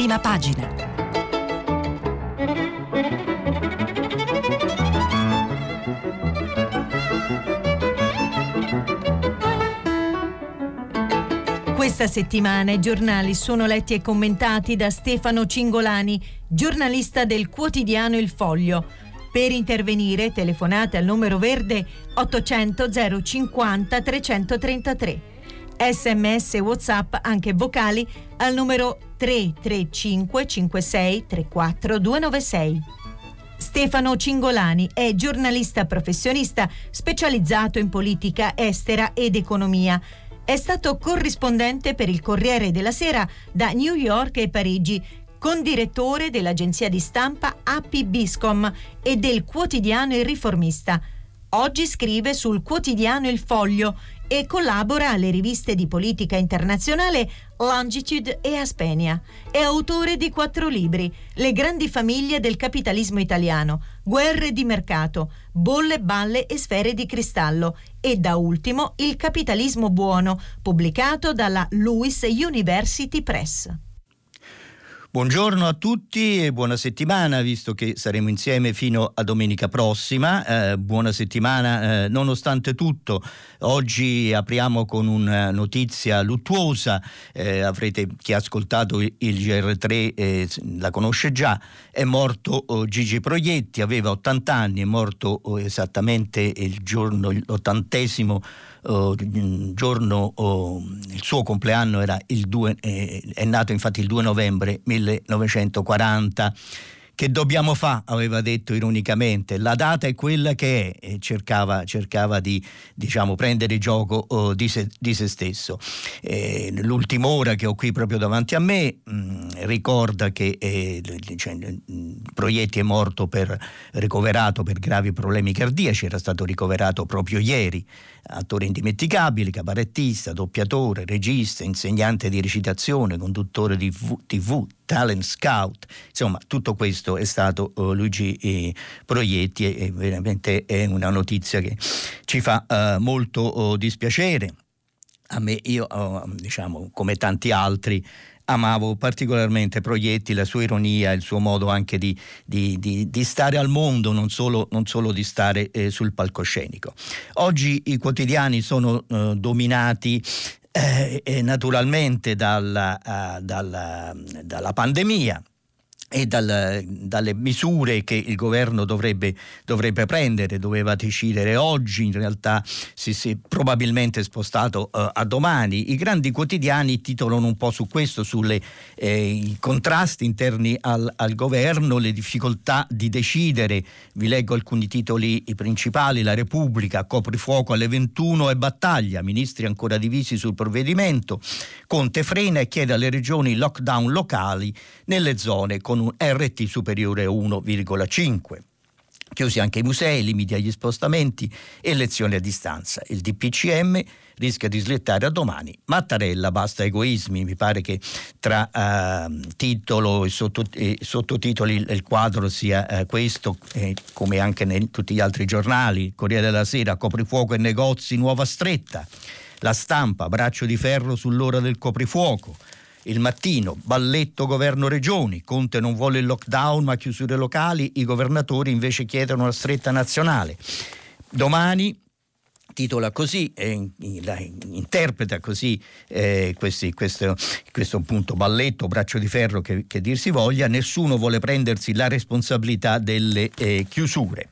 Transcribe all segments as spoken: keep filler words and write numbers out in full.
Prima pagina. Questa settimana i giornali sono letti e commentati da Stefano Cingolani, giornalista del quotidiano Il Foglio. Per intervenire telefonate al numero verde ottocento zero cinquanta trecentotrentatré. Sms e WhatsApp anche vocali al numero tre tre cinque cinque sei tre quattro due nove sei. Stefano Cingolani è giornalista professionista specializzato in politica estera ed economia. È stato corrispondente per il Corriere della Sera da New York e Parigi, condirettore dell'agenzia di stampa A P Biscom e del quotidiano Il Riformista. Oggi scrive sul quotidiano Il Foglio e collabora alle riviste di politica internazionale Longitude e Aspenia. È autore di quattro libri: Le grandi famiglie del capitalismo italiano, Guerre di mercato, Bolle, balle e sfere di cristallo e da ultimo Il capitalismo buono, pubblicato dalla Lewis University Press. Buongiorno a tutti e buona settimana, visto che saremo insieme fino a domenica prossima. Eh, buona settimana eh, nonostante tutto. Oggi apriamo con una notizia luttuosa. Eh, avrete, chi ha ascoltato il, il G R tre eh, la conosce già. È morto oh, Gigi Proietti, aveva ottanta anni, è morto oh, esattamente il giorno, l'ottantesimo Uh, giorno, uh, il suo compleanno era il due, eh, è nato infatti il due novembre millenovecentoquaranta. Che dobbiamo fare, aveva detto ironicamente, la data è quella che è, e cercava, cercava di diciamo prendere gioco uh, di, se, di se stesso. Eh, l'ultima ora che ho qui proprio davanti a me mh, ricorda che eh, cioè, Proietti è morto per ricoverato per gravi problemi cardiaci, era stato ricoverato proprio ieri. Attore indimenticabile, cabarettista, doppiatore, regista, insegnante di recitazione, conduttore di T V, talent scout, insomma tutto questo è stato uh, Luigi eh, Proietti e, e veramente è una notizia che ci fa uh, molto uh, dispiacere. A me, io uh, diciamo come tanti altri amavo particolarmente Proietti, la sua ironia, il suo modo anche di, di, di, di stare al mondo, non solo, non solo di stare eh, sul palcoscenico. Oggi i quotidiani sono eh, dominati eh, eh, naturalmente dalla, uh, dalla, dalla pandemia e dal, dalle misure che il governo dovrebbe, dovrebbe prendere, doveva decidere oggi, in realtà si è probabilmente spostato uh, a domani. I grandi quotidiani titolano un po' su questo, sui eh, contrasti interni al, al governo, le difficoltà di decidere. Vi leggo alcuni titoli principali: La Repubblica, coprifuoco alle ventuno e battaglia, ministri ancora divisi sul provvedimento, Conte frena e chiede alle regioni lockdown locali nelle zone con un R T superiore a uno virgola cinque. Chiusi anche i musei, limiti agli spostamenti e lezioni a distanza. Il D P C M rischia di slettare a domani. Mattarella, basta egoismi. Mi pare che tra uh, titolo e, sotto, e sottotitoli il, il quadro sia uh, questo, eh, come anche in tutti gli altri giornali. Corriere della Sera, coprifuoco e negozi, nuova stretta. La Stampa, braccio di ferro sull'ora del coprifuoco. Il Mattino, balletto governo regioni, Conte non vuole il lockdown ma chiusure locali, i governatori invece chiedono una stretta nazionale. Domani titola così, eh, interpreta così eh, questi, questo, questo appunto balletto, braccio di ferro che, che dir si voglia, nessuno vuole prendersi la responsabilità delle eh, chiusure.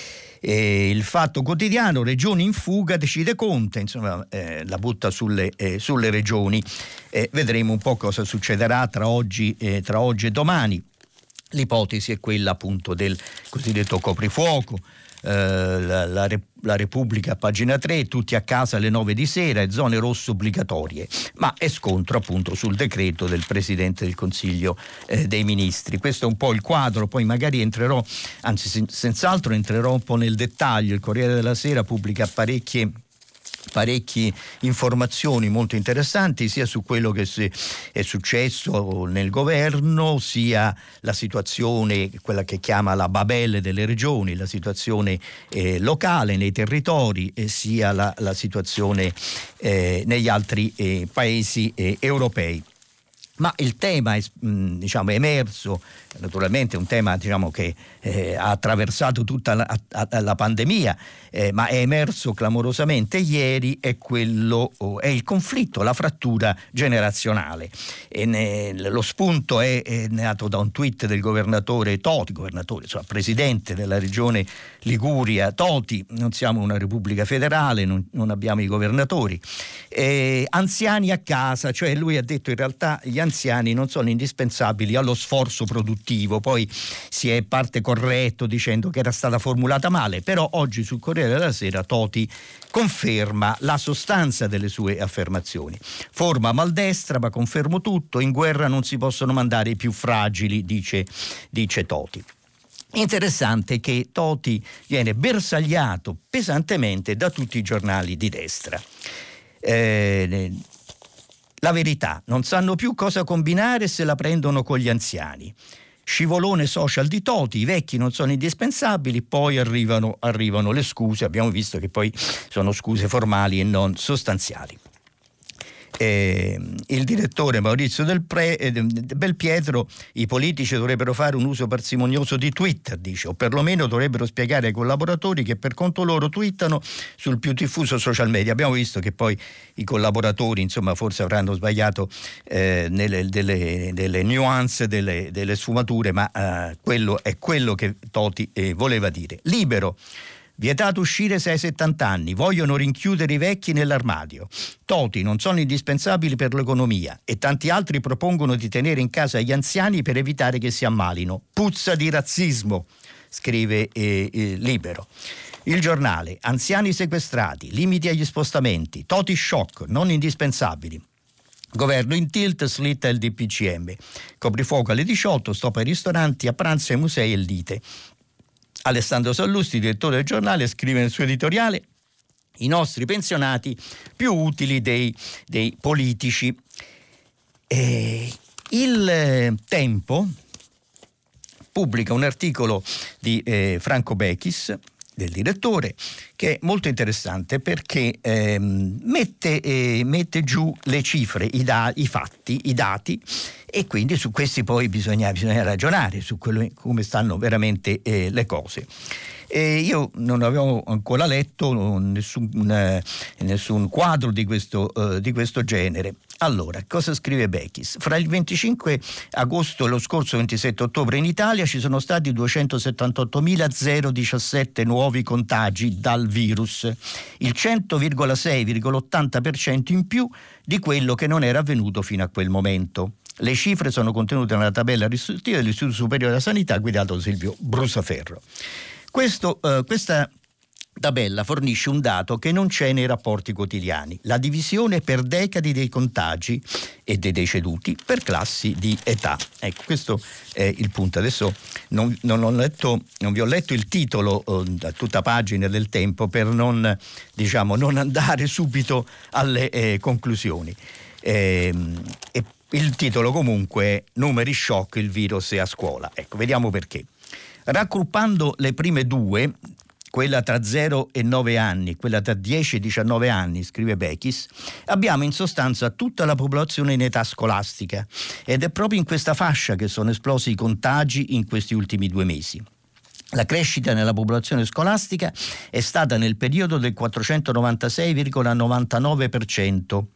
Eh, il Fatto Quotidiano, regioni in fuga, decide Conte, insomma eh, la butta sulle, eh, sulle regioni. Eh, vedremo un po' cosa succederà tra oggi, eh, tra oggi e domani. L'ipotesi è quella appunto del cosiddetto coprifuoco. Eh, la, la, la Repubblica, pagina tre, tutti a casa alle nove di sera e zone rosse obbligatorie, ma è scontro appunto sul decreto del Presidente del Consiglio eh, dei Ministri. Questo è un po' il quadro, poi magari entrerò, anzi sen- senz'altro entrerò un po' nel dettaglio. Il Corriere della Sera pubblica parecchie parecchie informazioni molto interessanti sia su quello che è successo nel governo, sia la situazione, quella che chiama la Babele delle regioni, la situazione eh, locale nei territori, e sia la, la situazione eh, negli altri eh, paesi eh, europei. Ma il tema è, diciamo, è emerso, naturalmente è un tema, diciamo, che eh, ha attraversato tutta la, a, a, la pandemia, eh, ma è emerso clamorosamente ieri, è quello, oh, è il conflitto, la frattura generazionale. E ne, lo spunto è, è nato da un tweet del governatore Toti, governatore, insomma, presidente della regione Liguria Toti. Non siamo una repubblica federale, non, non abbiamo i governatori. Eh, anziani a casa, cioè lui ha detto in realtà gli anziani non sono indispensabili allo sforzo produttivo, poi si è parte corretto dicendo che era stata formulata male, però oggi sul Corriere della Sera Toti conferma la sostanza delle sue affermazioni. Forma maldestra, ma confermo tutto, in guerra non si possono mandare i più fragili, dice, dice Toti. Interessante che Toti viene bersagliato pesantemente da tutti i giornali di destra. Eh, La verità, non sanno più cosa combinare se la prendono con gli anziani. Scivolone social di Toti, i vecchi non sono indispensabili, poi arrivano, arrivano le scuse, abbiamo visto che poi sono scuse formali e non sostanziali. Eh, il direttore Maurizio Del Pre, eh, Belpietro, i politici dovrebbero fare un uso parsimonioso di Twitter, dice, o perlomeno dovrebbero spiegare ai collaboratori che per conto loro twittano sul più diffuso social media. Abbiamo visto che poi i collaboratori, insomma, forse avranno sbagliato eh, nelle delle, delle nuance, delle, delle sfumature, ma eh, quello è quello che Toti eh, voleva dire. Libero. Vietato uscire se hai settanta anni, vogliono rinchiudere i vecchi nell'armadio. Toti non sono indispensabili per l'economia e tanti altri propongono di tenere in casa gli anziani per evitare che si ammalino. Puzza di razzismo, scrive eh, eh, Libero. Il Giornale, anziani sequestrati, limiti agli spostamenti, Toti shock, non indispensabili. Governo in tilt, slitta il D P C M. Coprifuoco alle diciotto, stop ai ristoranti, a pranzo ai musei e lite. Alessandro Sallusti, direttore del Giornale, scrive nel suo editoriale: i nostri pensionati più utili dei, dei politici. E il Tempo pubblica un articolo di eh, Franco Bechis, del direttore, che è molto interessante perché ehm, mette, eh, mette giù le cifre, i, da, i fatti, i dati, e quindi su questi poi bisogna, bisogna ragionare su quello, come stanno veramente eh, le cose. E io non avevo ancora letto nessun, eh, nessun quadro di questo, eh, di questo genere. Allora, cosa scrive Bechis? Fra il venticinque agosto e lo scorso ventisette ottobre in Italia ci sono stati duecentosettantottomila diciassette nuovi contagi dal virus, il cento virgola sei virgola ottanta per cento in più di quello che non era avvenuto fino a quel momento. Le cifre sono contenute nella tabella risultativa dell'Istituto Superiore della Sanità guidato da Silvio Brusaferro. Questo, eh, questa tabella fornisce un dato che non c'è nei rapporti quotidiani: la divisione per decadi dei contagi e dei deceduti per classi di età. Ecco, questo è il punto. Adesso non, non, ho letto, non vi ho letto il titolo eh, a tutta pagina del Tempo per non, diciamo, non andare subito alle eh, conclusioni. Eh, e il titolo comunque è Numeri shock, il virus è a scuola. Ecco, vediamo perché. Raggruppando le prime due, quella tra zero e nove anni, quella tra dieci e diciannove anni, scrive Bechis, abbiamo in sostanza tutta la popolazione in età scolastica, ed è proprio in questa fascia che sono esplosi i contagi in questi ultimi due mesi. La crescita nella popolazione scolastica è stata nel periodo del quattrocentonovantasei virgola novantanove per cento,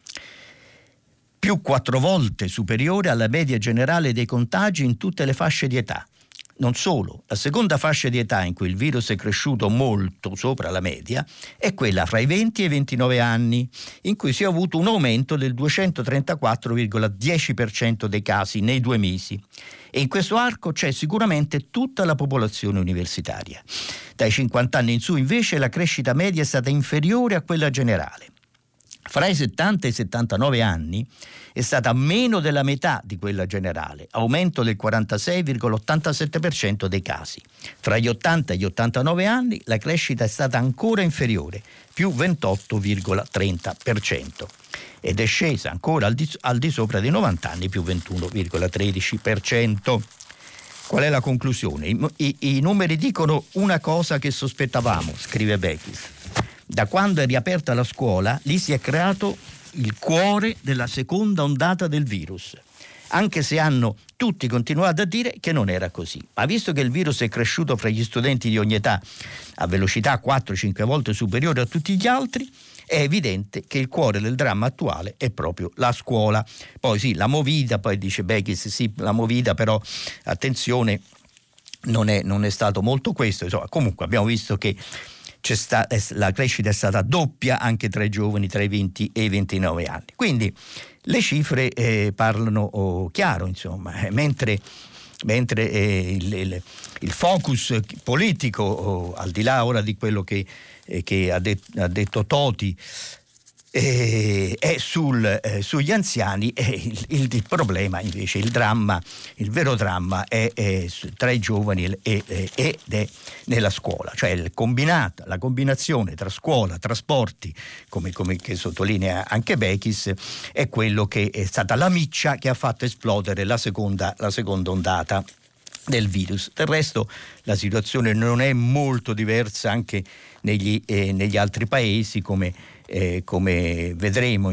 più quattro volte superiore alla media generale dei contagi in tutte le fasce di età. Non solo, la seconda fascia di età in cui il virus è cresciuto molto sopra la media è quella fra i venti e i ventinove anni, in cui si è avuto un aumento del duecentotrentaquattro virgola dieci per cento dei casi nei due mesi. E in questo arco c'è sicuramente tutta la popolazione universitaria. Dai cinquanta anni in su invece la crescita media è stata inferiore a quella generale. Fra i settanta e i settantanove anni è stata meno della metà di quella generale, aumento del quarantasei virgola ottantasette per cento dei casi. Fra gli ottanta e gli ottantanove anni la crescita è stata ancora inferiore, più ventotto virgola trenta per cento. Ed è scesa ancora al di, al di sopra dei novanta anni, più ventuno virgola tredici per cento. Qual è la conclusione? I, i, i numeri dicono una cosa che sospettavamo, scrive Bechis. Da quando è riaperta la scuola, lì si è creato il cuore della seconda ondata del virus. anche se hanno tutti continuato a dire che non era così. Ma visto che il virus è cresciuto fra gli studenti di ogni età a velocità quattro cinque volte superiore a tutti gli altri, è evidente che il cuore del dramma attuale è proprio la scuola. Poi sì, la movida, poi dice Bechis, sì, la movida, però attenzione, non è, non è stato molto questo. Insomma, comunque abbiamo visto che c'è sta, la crescita è stata doppia anche tra i giovani tra i venti e i ventinove anni. Quindi le cifre eh, parlano oh, chiaro, insomma, eh, mentre, mentre eh, il, il, il focus politico, oh, al di là ora di quello che che ha, det- ha detto Toti, eh, è sul, eh, sugli anziani, e il, il, il problema invece, il dramma, il vero dramma è, è tra i giovani e, e, ed è nella scuola, cioè il combinato, la combinazione tra scuola, trasporti, come, come che sottolinea anche Bechis, è quello che è stata la miccia che ha fatto esplodere la seconda, la seconda ondata del virus. Del resto la situazione non è molto diversa anche negli, eh, negli altri paesi, come, eh, come vedremo.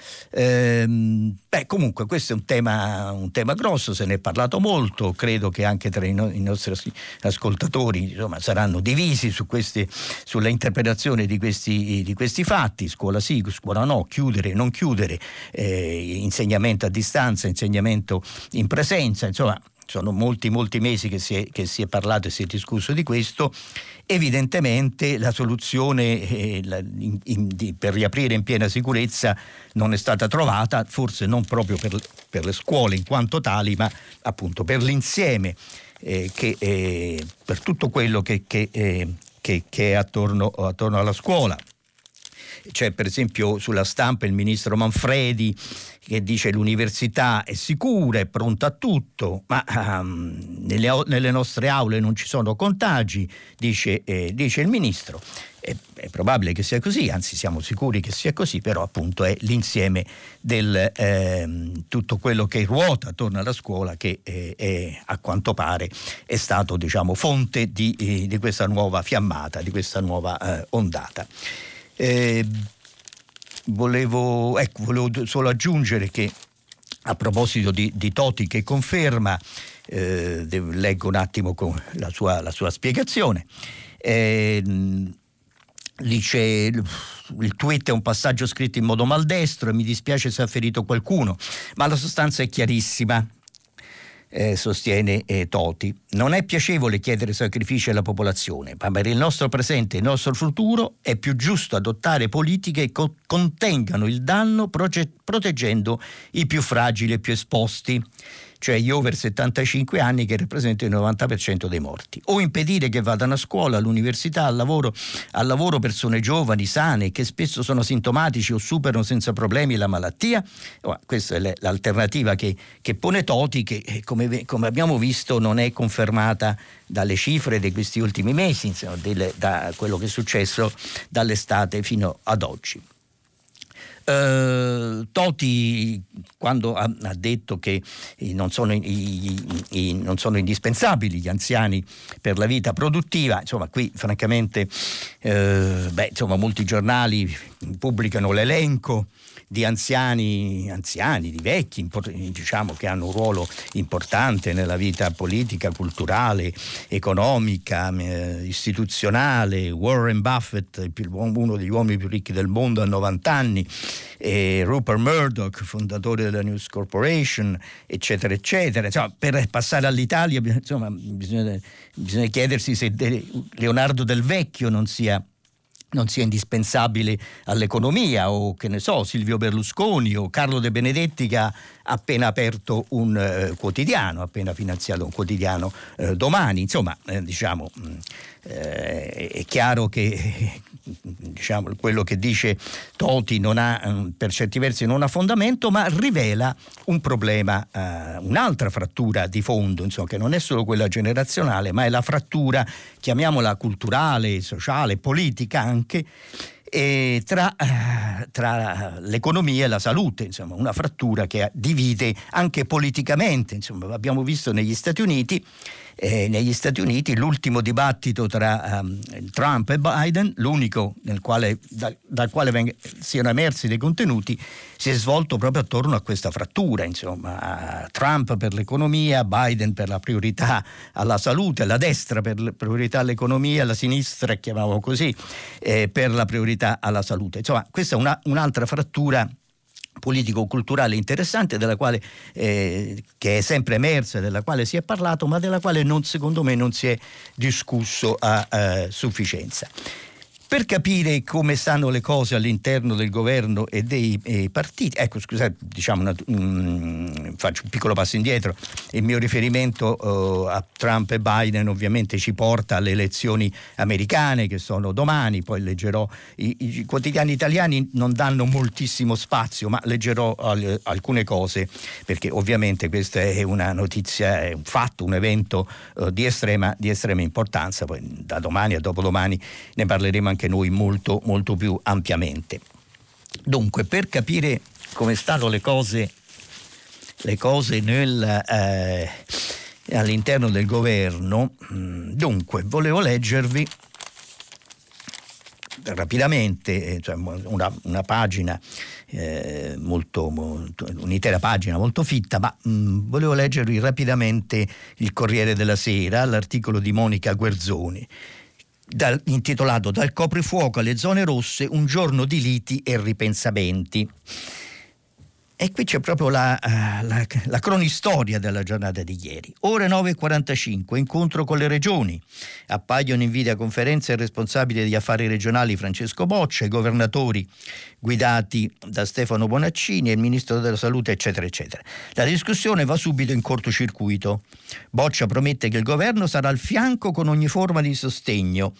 Ehm, beh, comunque questo è un tema, un tema grosso, se ne è parlato molto, credo che anche tra i, no- i nostri ascoltatori, insomma, saranno divisi su queste, sulla interpretazione di questi, di questi fatti. Scuola sì, scuola no, chiudere, non chiudere, eh, insegnamento a distanza, insegnamento in presenza, insomma. Sono molti molti mesi che si, è, che si è parlato e si è discusso di questo. Evidentemente la soluzione eh, la, in, in, di, per riaprire in piena sicurezza non è stata trovata, forse non proprio per, per le scuole in quanto tali, ma appunto per l'insieme, eh, che, eh, per tutto quello che, che, eh, che, che è attorno, attorno alla scuola. C'è per esempio sulla stampa il ministro Manfredi che dice l'università è sicura, è pronta a tutto, ma um, nelle, nelle nostre aule non ci sono contagi, dice, eh, dice il ministro. È, è probabile che sia così, anzi siamo sicuri che sia così, però appunto è l'insieme del eh, tutto quello che ruota attorno alla scuola che eh, è, a quanto pare è stato, diciamo, fonte di, eh, di questa nuova fiammata, di questa nuova eh, ondata. Eh, volevo, ecco, volevo solo aggiungere che a proposito di, di Toti che conferma, eh, leggo un attimo con la sua, la sua spiegazione, eh, dice il tweet è un passaggio scritto in modo maldestro e mi dispiace se ha ferito qualcuno, ma la sostanza è chiarissima. Eh, sostiene eh, Toti. Non è piacevole chiedere sacrifici alla popolazione, ma per il nostro presente e il nostro futuro è più giusto adottare politiche che co- contengano il danno proge- proteggendo i più fragili e più esposti, cioè gli over settantacinque anni che rappresentano il novanta per cento dei morti, o impedire che vadano a scuola, all'università, al lavoro, al lavoro persone giovani, sane, che spesso sono sintomatici o superano senza problemi la malattia. Oh, questa è l'alternativa che, che pone Toti, che come, come abbiamo visto non è confermata dalle cifre di questi ultimi mesi, insomma, delle, da quello che è successo dall'estate fino ad oggi. Uh, Toti, quando ha, ha detto che i, non, sono, i, i, non sono indispensabili gli anziani per la vita produttiva, insomma qui francamente uh, beh, insomma, molti giornali pubblicano l'elenco di anziani, anziani, di vecchi, diciamo, che hanno un ruolo importante nella vita politica, culturale, economica, eh, istituzionale. Warren Buffett, uno degli uomini più ricchi del mondo, a novanta anni, e Rupert Murdoch, fondatore della News Corporation, eccetera, eccetera. Insomma, per passare all'Italia, insomma, bisogna, bisogna chiedersi se Leonardo Del Vecchio non sia non sia indispensabile all'economia, o che ne so, Silvio Berlusconi o Carlo De Benedetti, che ha appena aperto un eh, quotidiano, appena finanziato un quotidiano eh, Domani. Insomma, eh, diciamo, eh, è chiaro che diciamo, quello che dice Toti non ha, per certi versi non ha fondamento, ma rivela un problema, eh, un'altra frattura di fondo, insomma, che non è solo quella generazionale, ma è la frattura, chiamiamola culturale, sociale, politica anche, e tra, tra l'economia e la salute, insomma, una frattura che divide anche politicamente. Insomma, abbiamo visto negli Stati Uniti, eh, negli Stati Uniti l'ultimo dibattito tra um, Trump e Biden, l'unico nel quale, da, dal quale veng- siano emersi dei contenuti, si è svolto proprio attorno a questa frattura. Insomma, Trump per l'economia, Biden per la priorità alla salute, la destra per la priorità all'economia, la sinistra, chiamiamolo così, eh, per la priorità alla salute. Insomma, questa è una, un'altra frattura politico-culturale interessante, della quale eh, che è sempre emersa, della quale si è parlato, ma della quale non, secondo me non si è discusso a eh, sufficienza. Per capire come stanno le cose all'interno del governo e dei e partiti, ecco scusate, diciamo una, um, faccio un piccolo passo indietro. Il mio riferimento uh, a Trump e Biden ovviamente ci porta alle elezioni americane che sono domani, poi leggerò i, i quotidiani italiani non danno moltissimo spazio, ma leggerò al, alcune cose, perché ovviamente questa è una notizia, è un fatto, un evento uh, di estrema di estrema importanza. Poi da domani a dopodomani ne parleremo anche anche noi molto molto più ampiamente. Dunque, per capire come stanno le cose le cose nel, eh, all'interno del governo, dunque volevo leggervi rapidamente cioè una, una pagina eh, molto, molto un'intera pagina molto fitta, ma mh, volevo leggervi rapidamente il Corriere della Sera, l'articolo di Monica Guerzoni, Dal, intitolato "Dal coprifuoco alle zone rosse, un giorno di liti e ripensamenti". E qui c'è proprio la, la, la cronistoria della giornata di ieri. Ore nove e quarantacinque, incontro con le regioni. Appaiono in videoconferenza il responsabile degli affari regionali Francesco Boccia, i governatori guidati da Stefano Bonaccini e il ministro della salute, eccetera eccetera. La discussione va subito in cortocircuito. Boccia promette che il governo sarà al fianco con ogni forma di sostegno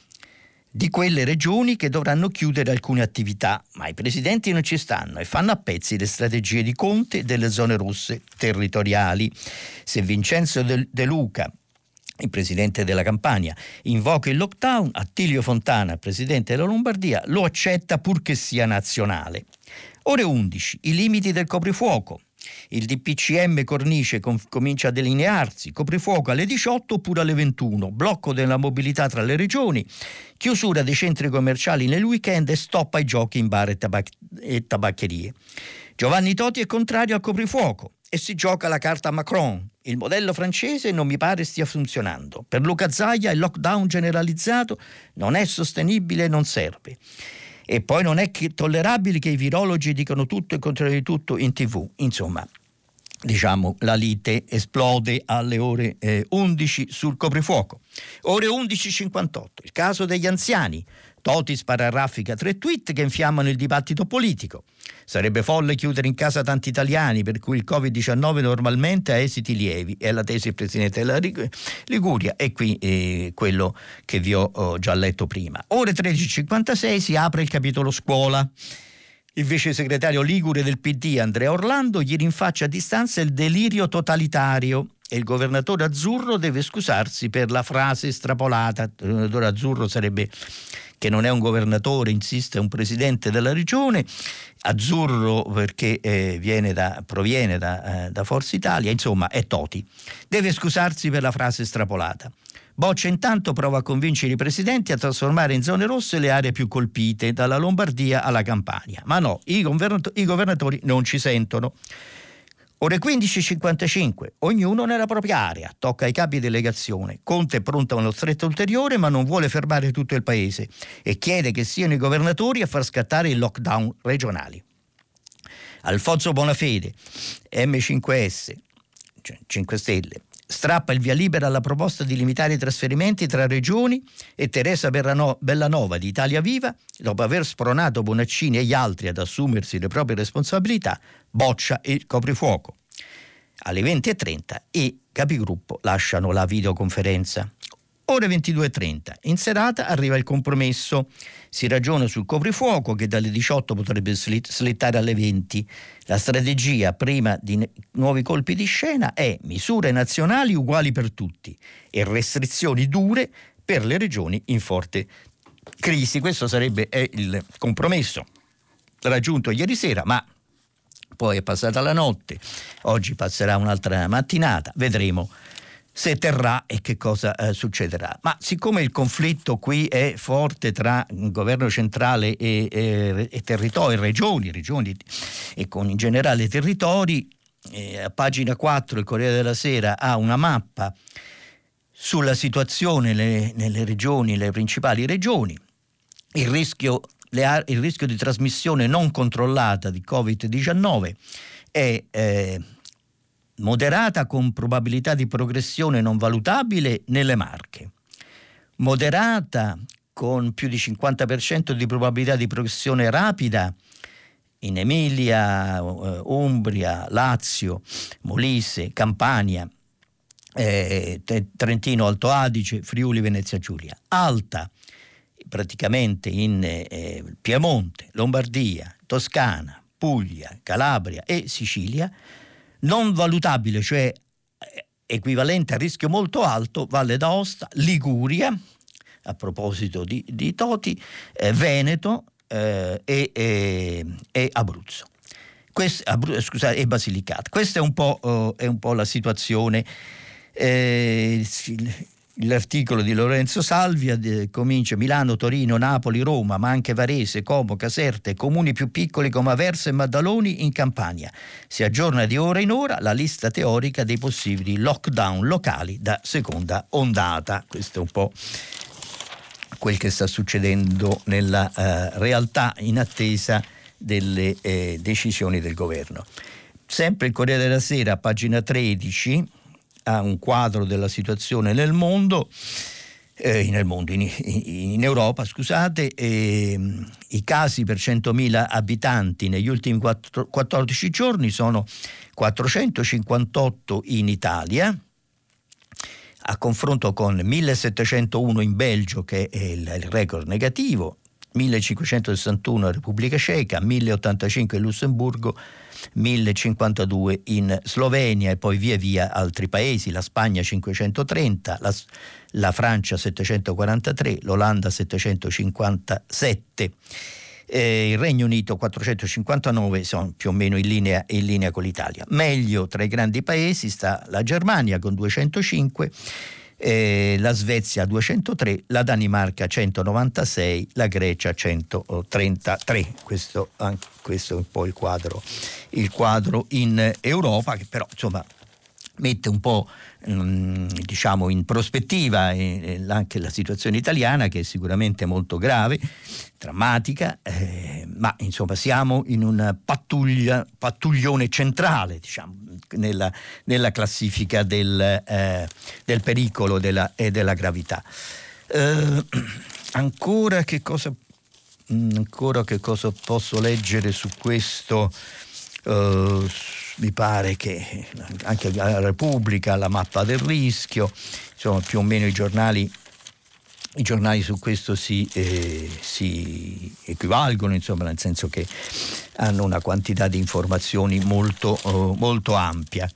di quelle regioni che dovranno chiudere alcune attività, ma i presidenti non ci stanno e fanno a pezzi le strategie di Conte delle zone rosse territoriali. Se Vincenzo De Luca, il presidente della Campania, invoca il lockdown, Attilio Fontana, presidente della Lombardia, lo accetta purché sia nazionale. Ore undici, i limiti del coprifuoco. Il D P C M cornice com- comincia a delinearsi, coprifuoco alle diciotto oppure alle ventuno, blocco della mobilità tra le regioni, chiusura dei centri commerciali nel weekend e stop ai giochi in bar e, tabac- e tabaccherie. Giovanni Toti è contrario al coprifuoco e si gioca la carta Macron. Il modello francese non mi pare stia funzionando. Per Luca Zaia il lockdown generalizzato non è sostenibile e non serve. E poi non è che tollerabile che i virologi dicano tutto e il contrario di tutto in tv. Insomma, diciamo, la lite esplode alle ore eh, undici sul coprifuoco. Ore undici e cinquantotto, il caso degli anziani. Toti spara a raffica tre tweet che infiammano il dibattito politico. Sarebbe folle chiudere in casa tanti italiani, per cui il covid diciannove normalmente ha esiti lievi, è la tesi del presidente della Liguria, e qui eh, quello che vi ho oh, già letto prima. Ore tredici e cinquantasei si apre il capitolo scuola. Il vice segretario ligure del P D, Andrea Orlando, gli rinfaccia a distanza il delirio totalitario e il governatore azzurro deve scusarsi per la frase estrapolata. Il governatore azzurro sarebbe che non è un governatore, insiste, è un presidente della regione, azzurro perché eh, viene da, proviene da, eh, da Forza Italia, insomma è Toti. Deve scusarsi per la frase estrapolata. Boccia intanto prova a convincere i presidenti a trasformare in zone rosse le aree più colpite, dalla Lombardia alla Campania. Ma no, i, governato- i governatori non ci sentono. Ore quindici e cinquantacinque, ognuno nella propria area, tocca ai capi delegazione. Conte è pronto a uno stretto ulteriore, ma non vuole fermare tutto il paese e chiede che siano i governatori a far scattare i lockdown regionali. Alfonso Bonafede, M cinque S, cioè cinque Stelle, strappa il via libera alla proposta di limitare i trasferimenti tra regioni e Teresa Bellanova di Italia Viva, dopo aver spronato Bonaccini e gli altri ad assumersi le proprie responsabilità, boccia il coprifuoco. Alle venti e trenta i capigruppo lasciano la videoconferenza. Ore ventidue e trenta, in serata arriva il compromesso. Si ragiona sul coprifuoco che dalle diciotto potrebbe slittare alle venti. La strategia prima di nuovi colpi di scena è misure nazionali uguali per tutti e restrizioni dure per le regioni in forte crisi. Questo sarebbe è il compromesso raggiunto ieri sera, ma poi è passata la notte, oggi passerà un'altra mattinata, vedremo se terrà e che cosa eh, succederà. Ma siccome il conflitto qui è forte tra governo centrale e, e, e territori, regioni, regioni e con in generale territori, eh, a pagina quattro il Corriere della Sera ha una mappa sulla situazione le, nelle regioni, le principali regioni, il rischio, le, il rischio di trasmissione non controllata di covid diciannove è eh, moderata con probabilità di progressione non valutabile nelle Marche, moderata con più di cinquanta per cento di probabilità di progressione rapida in Emilia, Umbria, Lazio, Molise, Campania, eh, Trentino Alto Adige, Friuli Venezia Giulia, alta praticamente in eh, Piemonte, Lombardia, Toscana, Puglia, Calabria e Sicilia, non valutabile, cioè equivalente a rischio molto alto, Valle d'Aosta, Liguria, a proposito di, di Toti, eh, Veneto eh, e, e, e Abruzzo. Questo, Abru- scusate, e Basilicata. Questa è un po', uh, è un po' la situazione. Eh, L'articolo di Lorenzo Salvia de, comincia: Milano, Torino, Napoli, Roma, ma anche Varese, Como, Caserta e comuni più piccoli come Aversa e Maddaloni in Campania. Si aggiorna di ora in ora la lista teorica dei possibili lockdown locali da seconda ondata. Questo è un po' quel che sta succedendo nella eh, realtà in attesa delle eh, decisioni del governo. Sempre il Corriere della Sera, pagina tredici, ha un quadro della situazione nel mondo, eh, nel mondo in, in Europa, scusate, eh, i casi per centomila abitanti negli ultimi quattordici giorni sono quattrocentocinquantotto in Italia, a confronto con millesettecentouno in Belgio, che è il, il record negativo, millecinquecentosessantuno in Repubblica Ceca, mille ottantacinque in Lussemburgo, mille cinquantadue in Slovenia e poi via via altri paesi, la Spagna cinquecentotrenta, la, la Francia settecentoquarantatré, l'Olanda settecentocinquantasette, eh, il Regno Unito quattrocentocinquantanove, sono più o meno in linea, in linea con l'Italia. Meglio tra i grandi paesi sta la Germania con duecentocinque, Eh, la Svezia duecentotré, la Danimarca centonovantasei, la Grecia centotrentatré. Questo, anche, questo è un po' il quadro, il quadro in Europa, che però insomma mette un po' mh, diciamo in prospettiva eh, anche la situazione italiana, che è sicuramente molto grave, drammatica, eh, ma insomma siamo in una pattuglia, pattuglione centrale, diciamo, nella, nella classifica del, eh, del pericolo della, e della gravità. Eh, ancora che cosa ancora che cosa posso leggere su questo? Uh, mi pare che anche la Repubblica, la mappa del rischio, insomma più o meno i giornali i giornali su questo si, eh, si equivalgono, insomma, nel senso che hanno una quantità di informazioni molto, uh, molto ampia.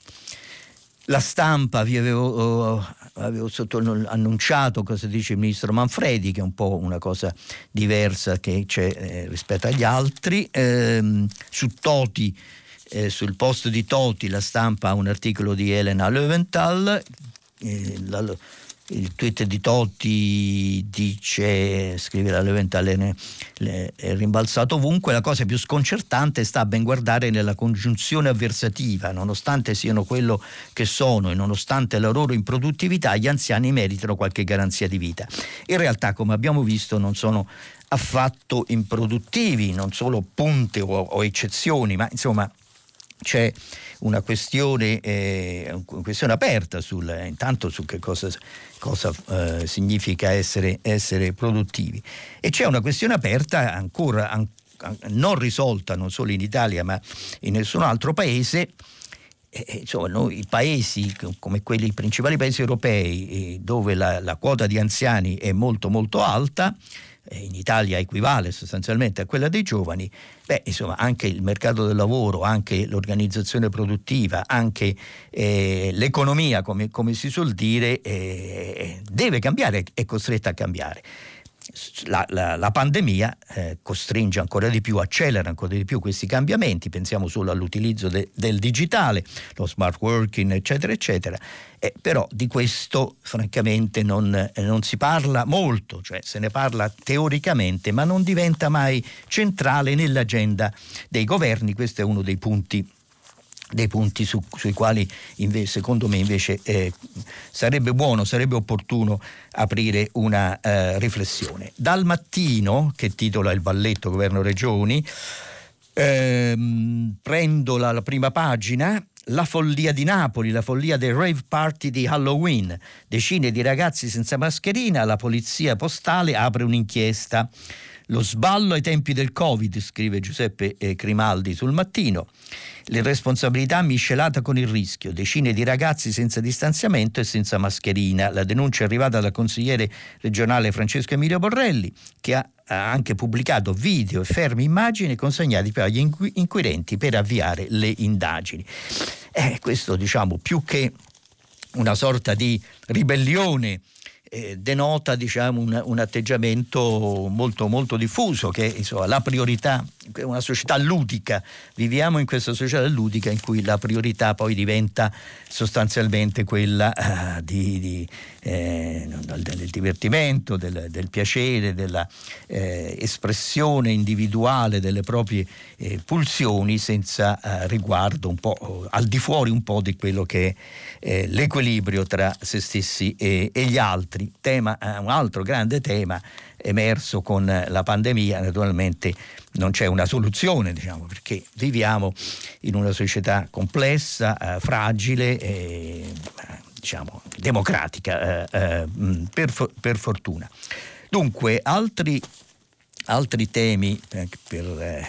La Stampa, vi avevo, uh, avevo sotto, annunciato cosa dice il ministro Manfredi, che è un po' una cosa diversa che c'è eh, rispetto agli altri. Eh, su Toti, eh, sul post di Toti, la Stampa ha un articolo di Elena Löwenthal. Eh, la, il tweet di Totti dice, scrive la Löwenthal, è rimbalzato ovunque: la cosa più sconcertante sta a ben guardare nella congiunzione avversativa, nonostante siano quello che sono e nonostante la loro improduttività, gli anziani meritano qualche garanzia di vita. In realtà, come abbiamo visto, non sono affatto improduttivi, non solo punte o, o eccezioni, ma insomma c'è una questione, eh, una questione aperta sul, intanto su che cosa, cosa eh, significa essere, essere produttivi, e c'è una questione aperta ancora an, an, non risolta non solo in Italia ma in nessun altro paese. Eh, insomma, noi, i paesi come quelli, i principali paesi europei, eh, dove la, la quota di anziani è molto molto alta, in Italia equivale sostanzialmente a quella dei giovani, beh, insomma, anche il mercato del lavoro, anche l'organizzazione produttiva, anche eh, l'economia, come, come si suol dire, eh, deve cambiare, è costretta a cambiare. la, la, la pandemia eh, costringe ancora di più, accelera ancora di più questi cambiamenti. Pensiamo solo all'utilizzo de, del digitale, lo smart working, eccetera, eccetera. Eh, però di questo francamente non, eh, non si parla molto, cioè se ne parla teoricamente, ma non diventa mai centrale nell'agenda dei governi. Questo è uno dei punti dei punti su, sui quali invece, secondo me invece eh, sarebbe buono, sarebbe opportuno aprire una eh, riflessione. Dal Mattino, che titola il balletto Governo Regioni, ehm, prendo la, la prima pagina. La follia di Napoli, la follia del rave party di Halloween, decine di ragazzi senza mascherina, la polizia postale apre un'inchiesta. Lo sballo ai tempi del Covid, scrive Giuseppe Grimaldi sul Mattino. L'irresponsabilità miscelata con il rischio, decine di ragazzi senza distanziamento e senza mascherina. La denuncia è arrivata dal consigliere regionale Francesco Emilio Borrelli, che ha ha anche pubblicato video e ferme immagini consegnati poi agli inquirenti per avviare le indagini. Eh, questo, diciamo, più che una sorta di ribellione, eh, denota, diciamo, un, un atteggiamento molto molto diffuso, che insomma la priorità, una società ludica, viviamo in questa società ludica in cui la priorità poi diventa sostanzialmente quella uh, di, di eh, del divertimento, del, del piacere, della eh, espressione individuale delle proprie eh, pulsioni, senza uh, riguardo un po' al di fuori un po' di quello che è eh, l'equilibrio tra se stessi e, e gli altri. Tema, uh, un altro grande tema emerso con la pandemia. Naturalmente non c'è una soluzione, diciamo, perché viviamo in una società complessa, eh, fragile e diciamo democratica, eh, eh, per, per fortuna. Dunque altri, altri temi eh, per, eh,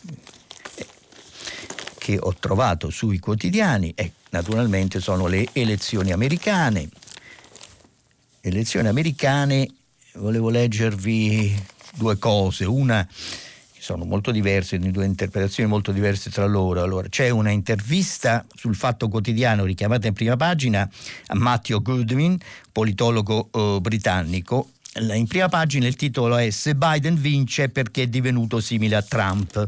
che ho trovato sui quotidiani eh, naturalmente sono le elezioni americane. Elezioni americane, volevo leggervi due cose. Una, sono molto diverse, due interpretazioni molto diverse tra loro. Allora, c'è una intervista sul Fatto Quotidiano richiamata in prima pagina a Matthew Goodwin, politologo eh, britannico. In prima pagina il titolo è "Se Biden vince perché è divenuto simile a Trump".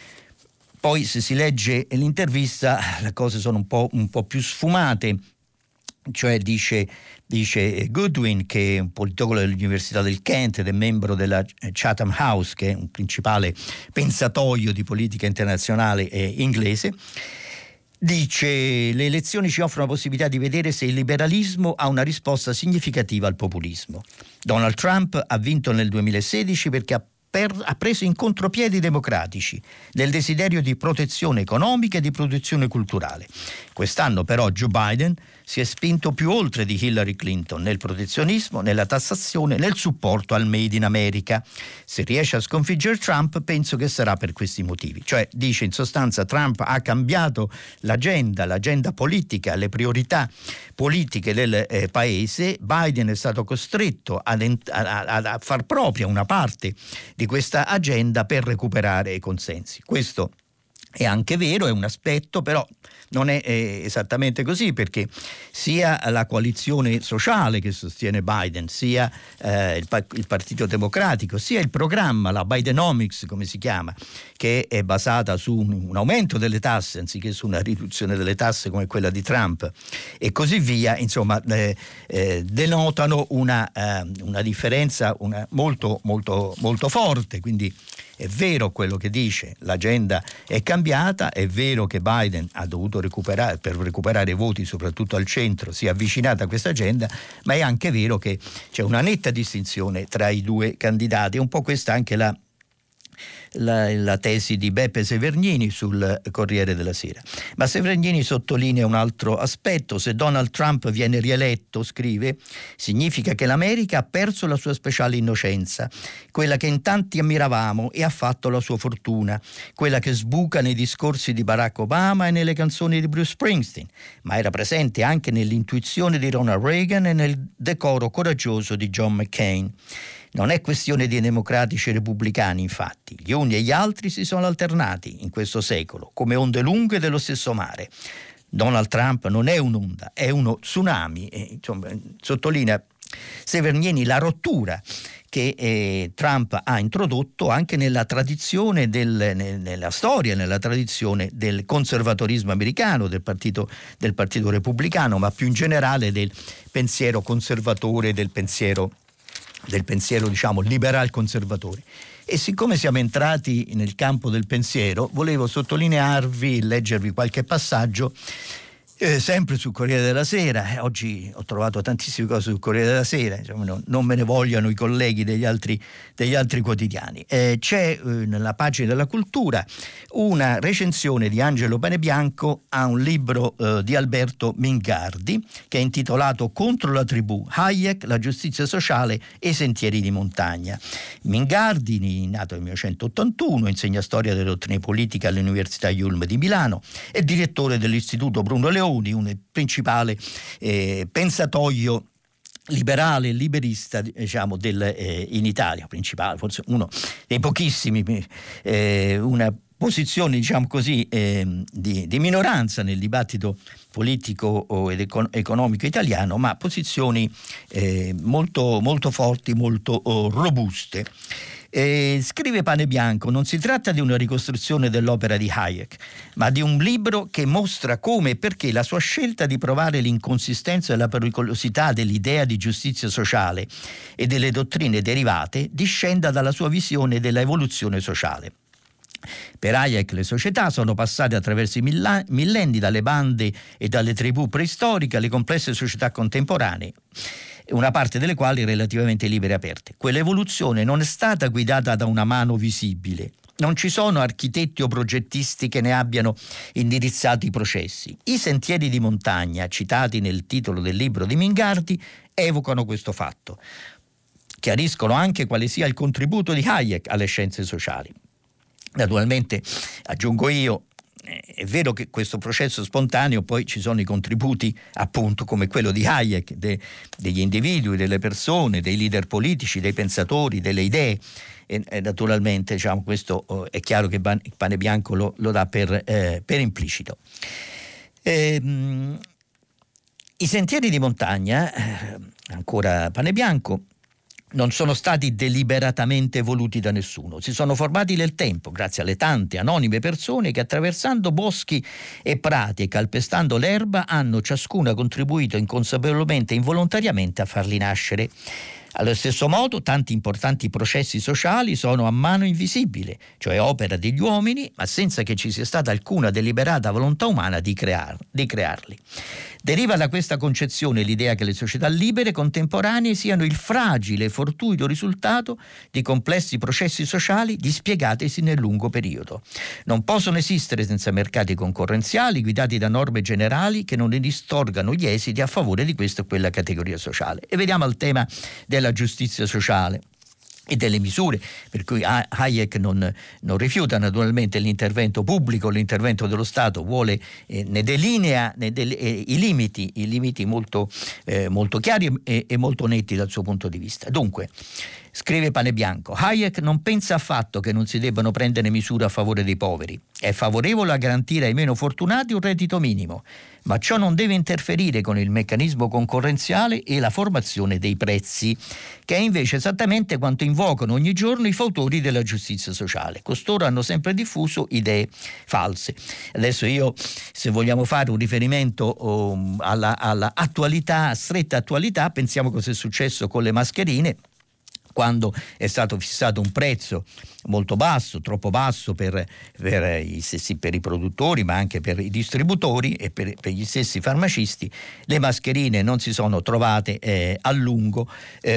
Poi, se si legge l'intervista, le cose sono un po', un po' più sfumate. Cioè dice, dice Goodwin, che è un politologo dell'Università del Kent ed è membro della Chatham House, che è un principale pensatoio di politica internazionale eh, inglese, dice: le elezioni ci offrono la possibilità di vedere se il liberalismo ha una risposta significativa al populismo. Donald Trump ha vinto nel duemilasedici perché ha Per, ha preso in contropiedi i democratici nel desiderio di protezione economica e di protezione culturale. Quest'anno però Joe Biden si è spinto più oltre di Hillary Clinton nel protezionismo, nella tassazione, nel supporto al Made in America. Se riesce a sconfiggere Trump, penso che sarà per questi motivi. Cioè, dice in sostanza, Trump ha cambiato l'agenda, l'agenda politica, le priorità politiche del eh, paese. Biden è stato costretto ad, a, a, a far propria una parte di questa agenda per recuperare i consensi. Questo è anche vero, è un aspetto, però non è eh, esattamente così, perché sia la coalizione sociale che sostiene Biden, sia eh, il, il Partito Democratico, sia il programma, la Bidenomics come si chiama, che è basata su un, un aumento delle tasse anziché su una riduzione delle tasse come quella di Trump e così via, insomma eh, eh, denotano una, eh, una differenza una, molto, molto, molto forte. Quindi è vero quello che dice, l'agenda è cambiata, è vero che Biden ha dovuto recuperare, per recuperare voti soprattutto al centro, si è avvicinato a questa agenda, ma è anche vero che c'è una netta distinzione tra i due candidati. È un po' questa anche la La, la tesi di Beppe Severgnini sul Corriere della Sera. Ma Severgnini sottolinea un altro aspetto: se Donald Trump viene rieletto, scrive, significa che l'America ha perso la sua speciale innocenza, quella che in tanti ammiravamo, e ha fatto la sua fortuna, quella che sbuca nei discorsi di Barack Obama e nelle canzoni di Bruce Springsteen, ma era presente anche nell'intuizione di Ronald Reagan e nel decoro coraggioso di John McCain. Non è questione di democratici e repubblicani, infatti. Gli uni e gli altri si sono alternati in questo secolo, come onde lunghe dello stesso mare. Donald Trump non è un'onda, è uno tsunami. E, insomma, sottolinea Severgnini la rottura che eh, Trump ha introdotto anche nella tradizione del, nel, nella storia, nella tradizione del conservatorismo americano, del partito, del partito repubblicano, ma più in generale del pensiero conservatore, del pensiero, del pensiero diciamo liberal conservatore. E siccome siamo entrati nel campo del pensiero, volevo sottolinearvi, leggervi qualche passaggio Eh, sempre sul Corriere della Sera. Eh, oggi ho trovato tantissime cose sul Corriere della Sera, insomma, no, non me ne vogliano i colleghi degli altri, degli altri quotidiani. Eh, c'è eh, nella pagina della cultura una recensione di Angelo Panebianco a un libro eh, di Alberto Mingardi che è intitolato Contro la tribù, Hayek, la giustizia sociale e i sentieri di montagna. Mingardi, nato nel millenovecentottantuno, insegna storia delle dottrine politiche all'Università Yulm di Milano, è direttore dell'Istituto Bruno Leoni, un principale eh, pensatoio liberale e liberista, diciamo, del, eh, in Italia, principale, forse uno dei pochissimi, eh, una posizione, diciamo così, eh, di, di minoranza nel dibattito politico ed econ- economico italiano, ma posizioni eh, molto, molto forti, molto oh, robuste. Eh, scrive Panebianco, non si tratta di una ricostruzione dell'opera di Hayek, ma di un libro che mostra come e perché la sua scelta di provare l'inconsistenza e la pericolosità dell'idea di giustizia sociale e delle dottrine derivate discenda dalla sua visione della evoluzione sociale. Per Hayek le società sono passate attraverso i millenni dalle bande e dalle tribù preistoriche alle complesse società contemporanee, una parte delle quali relativamente libere e aperte. Quell'evoluzione non è stata guidata da una mano visibile. Non ci sono architetti o progettisti che ne abbiano indirizzato i processi. I sentieri di montagna, citati nel titolo del libro di Mingardi, evocano questo fatto. Chiariscono anche quale sia il contributo di Hayek alle scienze sociali. Naturalmente, aggiungo io, è vero che questo processo spontaneo, poi ci sono i contributi appunto come quello di Hayek, de, degli individui, delle persone, dei leader politici, dei pensatori, delle idee, e, e naturalmente diciamo, questo oh, è chiaro che Panebianco lo, lo dà per, eh, per implicito. E, mh, I sentieri di montagna, eh, ancora Panebianco, non sono stati deliberatamente voluti da nessuno, si sono formati nel tempo grazie alle tante anonime persone che attraversando boschi e prati e calpestando l'erba hanno ciascuna contribuito inconsapevolmente e involontariamente a farli nascere. Allo stesso modo, tanti importanti processi sociali sono a mano invisibile, cioè opera degli uomini, ma senza che ci sia stata alcuna deliberata volontà umana di, crear, di crearli. Deriva da questa concezione l'idea che le società libere contemporanee siano il fragile e fortuito risultato di complessi processi sociali dispiegatesi nel lungo periodo. Non possono esistere senza mercati concorrenziali guidati da norme generali che non ne distorgano gli esiti a favore di questa o quella categoria sociale. E vediamo il tema della giustizia sociale e delle misure, per cui Hayek non, non rifiuta naturalmente l'intervento pubblico, l'intervento dello Stato, vuole, eh, ne delinea ne de, eh, i limiti, i limiti molto, eh, molto chiari e, e molto netti dal suo punto di vista. Dunque, scrive Panebianco, Hayek non pensa affatto che non si debbano prendere misure a favore dei poveri. È favorevole a garantire ai meno fortunati un reddito minimo, ma ciò non deve interferire con il meccanismo concorrenziale e la formazione dei prezzi, che è invece esattamente quanto invocano ogni giorno i fautori della giustizia sociale. Costoro hanno sempre diffuso idee false. Adesso io, se vogliamo fare un riferimento um, alla, alla attualità, stretta attualità, pensiamo cosa è successo con le mascherine, quando è stato fissato un prezzo molto basso, troppo basso per, per, i, stessi, per i produttori, ma anche per i distributori e per, per gli stessi farmacisti, le mascherine non si sono trovate eh, a lungo.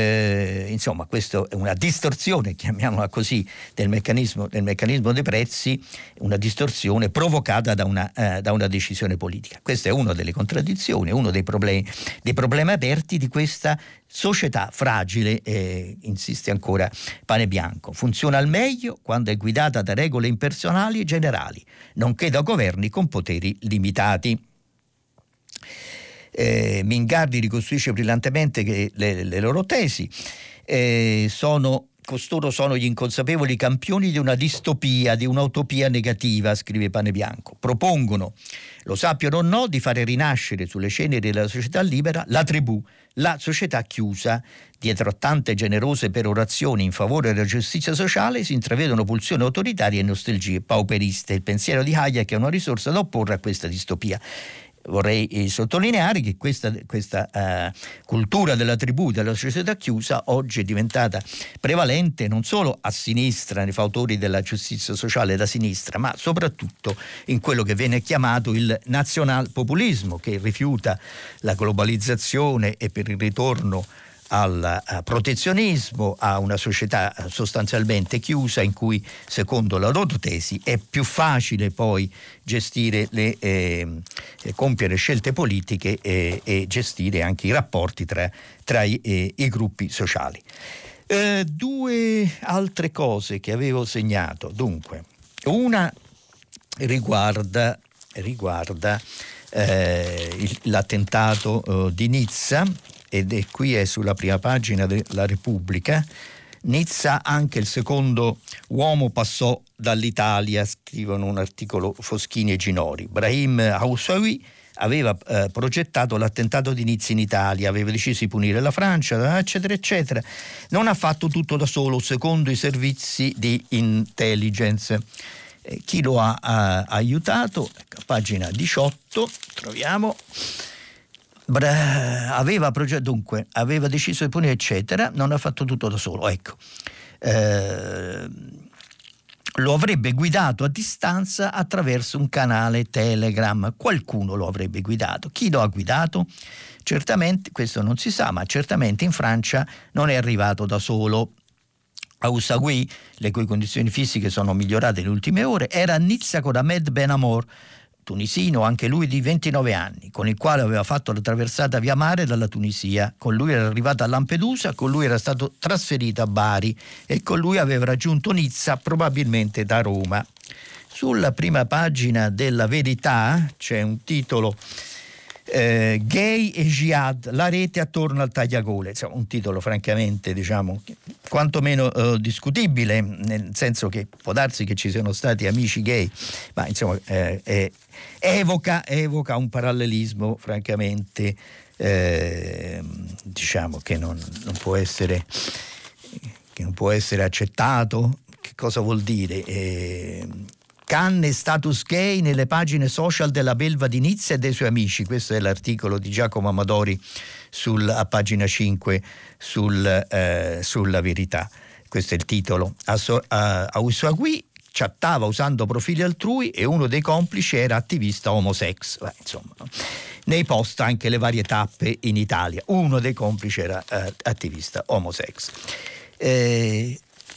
Eh, insomma, questa è una distorsione, chiamiamola così, del meccanismo, del meccanismo dei prezzi, una distorsione provocata da una, eh, da una decisione politica. Questa è una delle contraddizioni, uno dei problemi, dei problemi aperti di questa società fragile, eh, insiste ancora Panebianco. Funziona al meglio quando è guidata da regole impersonali e generali, nonché da governi con poteri limitati. Eh, Mingardi ricostruisce brillantemente che le, le loro tesi eh, sono costoro sono gli inconsapevoli campioni di una distopia, di un'utopia negativa, scrive Panebianco. Propongono, lo sappiano o no, di fare rinascere sulle ceneri della società libera la tribù, la società chiusa. Dietro a tante generose perorazioni in favore della giustizia sociale si intravedono pulsioni autoritarie e nostalgie pauperiste. Il pensiero di Hayek è una risorsa da opporre a questa distopia. Vorrei eh, sottolineare che questa, questa uh, cultura della tribù, della società chiusa, oggi è diventata prevalente non solo a sinistra, nei fautori della giustizia sociale da sinistra, ma soprattutto in quello che viene chiamato il nazionalpopulismo, che rifiuta la globalizzazione e per il ritorno al protezionismo, a una società sostanzialmente chiusa in cui, secondo la loro tesi, è più facile poi gestire le eh, compiere scelte politiche e, e gestire anche i rapporti tra, tra i, eh, i gruppi sociali. Eh, due altre cose che avevo segnato. Dunque, una riguarda riguarda eh, il, l'attentato eh, di Nizza, ed è qui è sulla prima pagina della Repubblica. Nizza, anche il secondo uomo passò dall'Italia, scrivono un articolo Foschini e Ginori. Brahim Hawsawi aveva eh, progettato l'attentato di Nizza in Italia, aveva deciso di punire la Francia, eccetera, eccetera. Non ha fatto tutto da solo, secondo i servizi di intelligence. Eh, chi lo ha, ha aiutato? Ecco, pagina diciotto, troviamo... Bra- aveva progetto, dunque aveva deciso di punire, eccetera, non ha fatto tutto da solo, ecco. Eh, lo avrebbe guidato a distanza attraverso un canale Telegram, qualcuno lo avrebbe guidato. Chi lo ha guidato? Certamente, questo non si sa, ma certamente in Francia non è arrivato da solo. Hawsawi, le cui condizioni fisiche sono migliorate nelle ultime ore, era a Nizza con Ahmed Ben Amor, tunisino, anche lui di ventinove anni, con il quale aveva fatto la traversata via mare dalla Tunisia. Con lui era arrivato a Lampedusa, con lui era stato trasferito a Bari e con lui aveva raggiunto Nizza, probabilmente da Roma. Sulla prima pagina della Verità c'è un titolo eh, Gay e Jihad, la rete attorno al tagliagole. Insomma, un titolo francamente, diciamo, quantomeno eh, discutibile, nel senso che può darsi che ci siano stati amici gay, ma insomma eh, eh, evoca, evoca un parallelismo francamente eh, diciamo che non, non può essere che non può essere accettato. Che cosa vuol dire? Eh, Canne status gay nelle pagine social della belva di Nizza e dei suoi amici. Questo è l'articolo di Giacomo Amadori sul, a pagina cinque sul, eh, sulla Verità. Questo è il titolo. Hawsawi chattava usando profili altrui e uno dei complici era attivista homosex. Beh, insomma, nei post anche le varie tappe in Italia. Uno dei complici era eh, attivista homosex. Eh,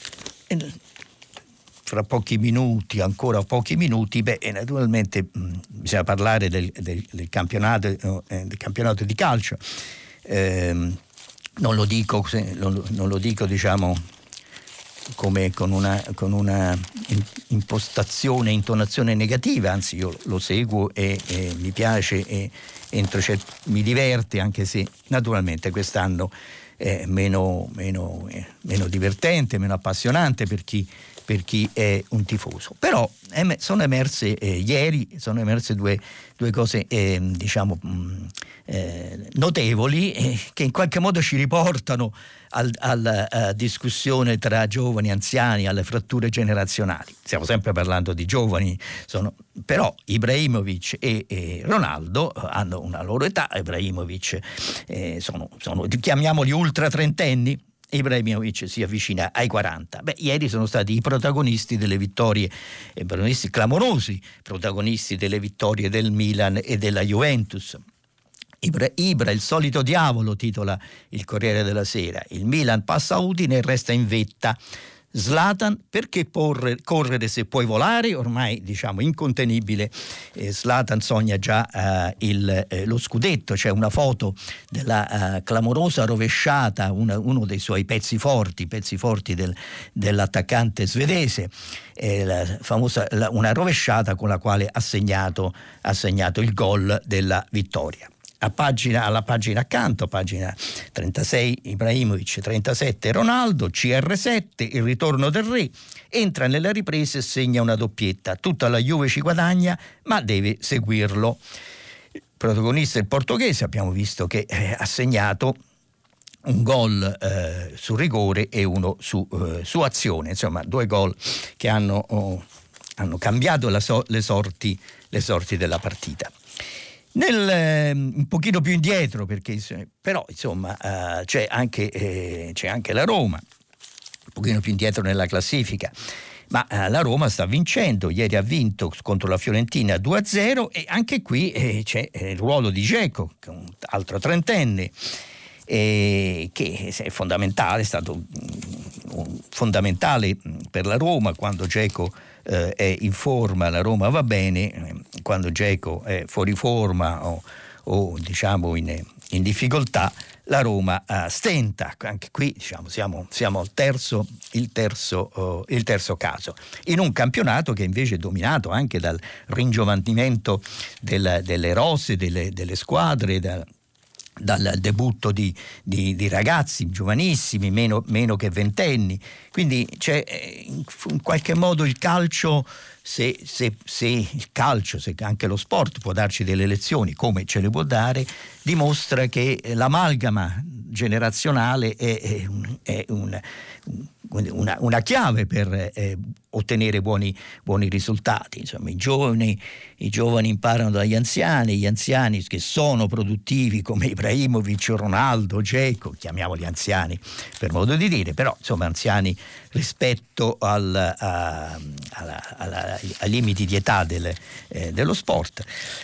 fra pochi minuti, ancora pochi minuti, beh, naturalmente mh, bisogna parlare del, del, del, campionato, eh, del campionato di calcio. Eh, non lo dico, non, non lo dico diciamo come con una, con una impostazione, intonazione negativa, anzi io lo seguo e, e mi piace e entro cert- mi diverte, anche se naturalmente quest'anno è meno, meno, eh, meno divertente, meno appassionante per chi per chi è un tifoso. Però em- sono emerse eh, ieri sono emerse due, due cose eh, diciamo mh, eh, notevoli eh, che in qualche modo ci riportano al, alla uh, discussione tra giovani e anziani, alle fratture generazionali. Stiamo sempre parlando di giovani, sono, però Ibrahimovic e, e Ronaldo hanno una loro età. Ibrahimovic eh, sono, sono chiamiamoli ultra trentenni, Ibrahimovic si avvicina ai quaranta. Beh, ieri sono stati i protagonisti delle vittorie, eh, protagonisti clamorosi, protagonisti delle vittorie del Milan e della Juventus. Ibra, Ibra, il solito diavolo, titola il Corriere della Sera. Il Milan passa a Udine e resta in vetta. Zlatan, perché porre, correre se puoi volare? Ormai diciamo incontenibile. eh, Zlatan sogna già eh, il, eh, lo scudetto. C'è una foto della eh, clamorosa rovesciata, una, uno dei suoi pezzi forti, pezzi forti del, dell'attaccante svedese, eh, la famosa, la, una rovesciata con la quale ha segnato, ha segnato il gol della vittoria. a pagina, alla pagina accanto, pagina trentasei Ibrahimovic, trentasette Ronaldo, C R sette, il ritorno del re, entra nella ripresa e segna una doppietta. Tutta la Juve ci guadagna, ma deve seguirlo. Il protagonista è il portoghese, abbiamo visto che eh, ha segnato un gol eh, su rigore e uno su, eh, su azione, insomma due gol che hanno, oh, hanno cambiato la so- le, sorti, le sorti della partita. Nel, eh, un pochino più indietro, perché però insomma eh, c'è, anche, eh, c'è anche la Roma, un pochino più indietro nella classifica, ma eh, la Roma sta vincendo, ieri ha vinto contro la Fiorentina due a zero e anche qui eh, c'è il ruolo di Dzeko, che è un altro trentenne, eh, che è fondamentale, è stato um, fondamentale per la Roma. Quando Dzeko eh, è in forma la Roma va bene, quando Dzeko è fuori forma o, o diciamo in, in difficoltà la Roma uh, stenta. Anche qui diciamo siamo, siamo al terzo, il, terzo, uh, il terzo caso, in un campionato che invece è dominato anche dal ringiovanimento del, delle rose, delle, delle squadre, dal, dal debutto di, di, di ragazzi giovanissimi, meno, meno che ventenni. Quindi c'è in, in qualche modo il calcio, se, se, se il calcio, se anche lo sport può darci delle lezioni, come ce le può dare, dimostra che l'amalgama generazionale è, è, un, è un, una, una chiave per eh, ottenere buoni, buoni risultati. Insomma, i giovani, i giovani imparano dagli anziani, gli anziani che sono produttivi come Ibrahimovic, Ronaldo, Dzeko, chiamiamoli anziani per modo di dire, però insomma anziani rispetto al, a, alla, alla, ai limiti di età del, eh, dello sport,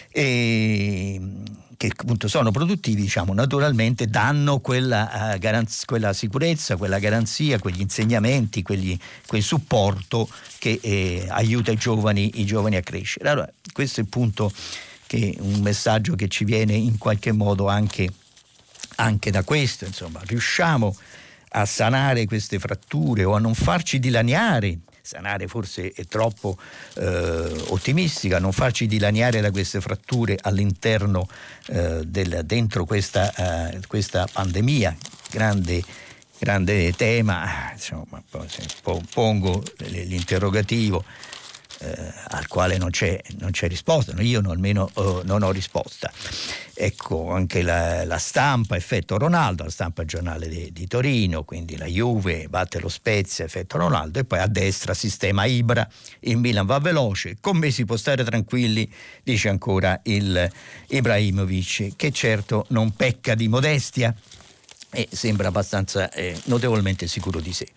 e che appunto sono produttivi, diciamo, naturalmente danno quella, uh, garanz- quella sicurezza, quella garanzia, quegli insegnamenti, quegli, quel supporto che eh, aiuta i giovani, i giovani a crescere. Allora, questo è il punto, che un messaggio che ci viene in qualche modo anche, anche da questo, insomma, riusciamo a sanare queste fratture o a non farci dilaniare. Sanare forse è troppo eh, ottimistica, non farci dilaniare da queste fratture all'interno eh, del, dentro questa, eh, questa pandemia, grande, grande tema. Insomma, pongo l'interrogativo eh, al quale non c'è, non c'è risposta, io no, almeno eh, non ho risposta. Ecco, anche la, la stampa, effetto Ronaldo, la stampa giornale di, di Torino, quindi la Juve batte lo Spezia, effetto Ronaldo, e poi a destra sistema Ibra, il Milan va veloce, con me si può stare tranquilli, dice ancora il Ibrahimovic, che certo non pecca di modestia e sembra abbastanza eh, notevolmente sicuro di sé.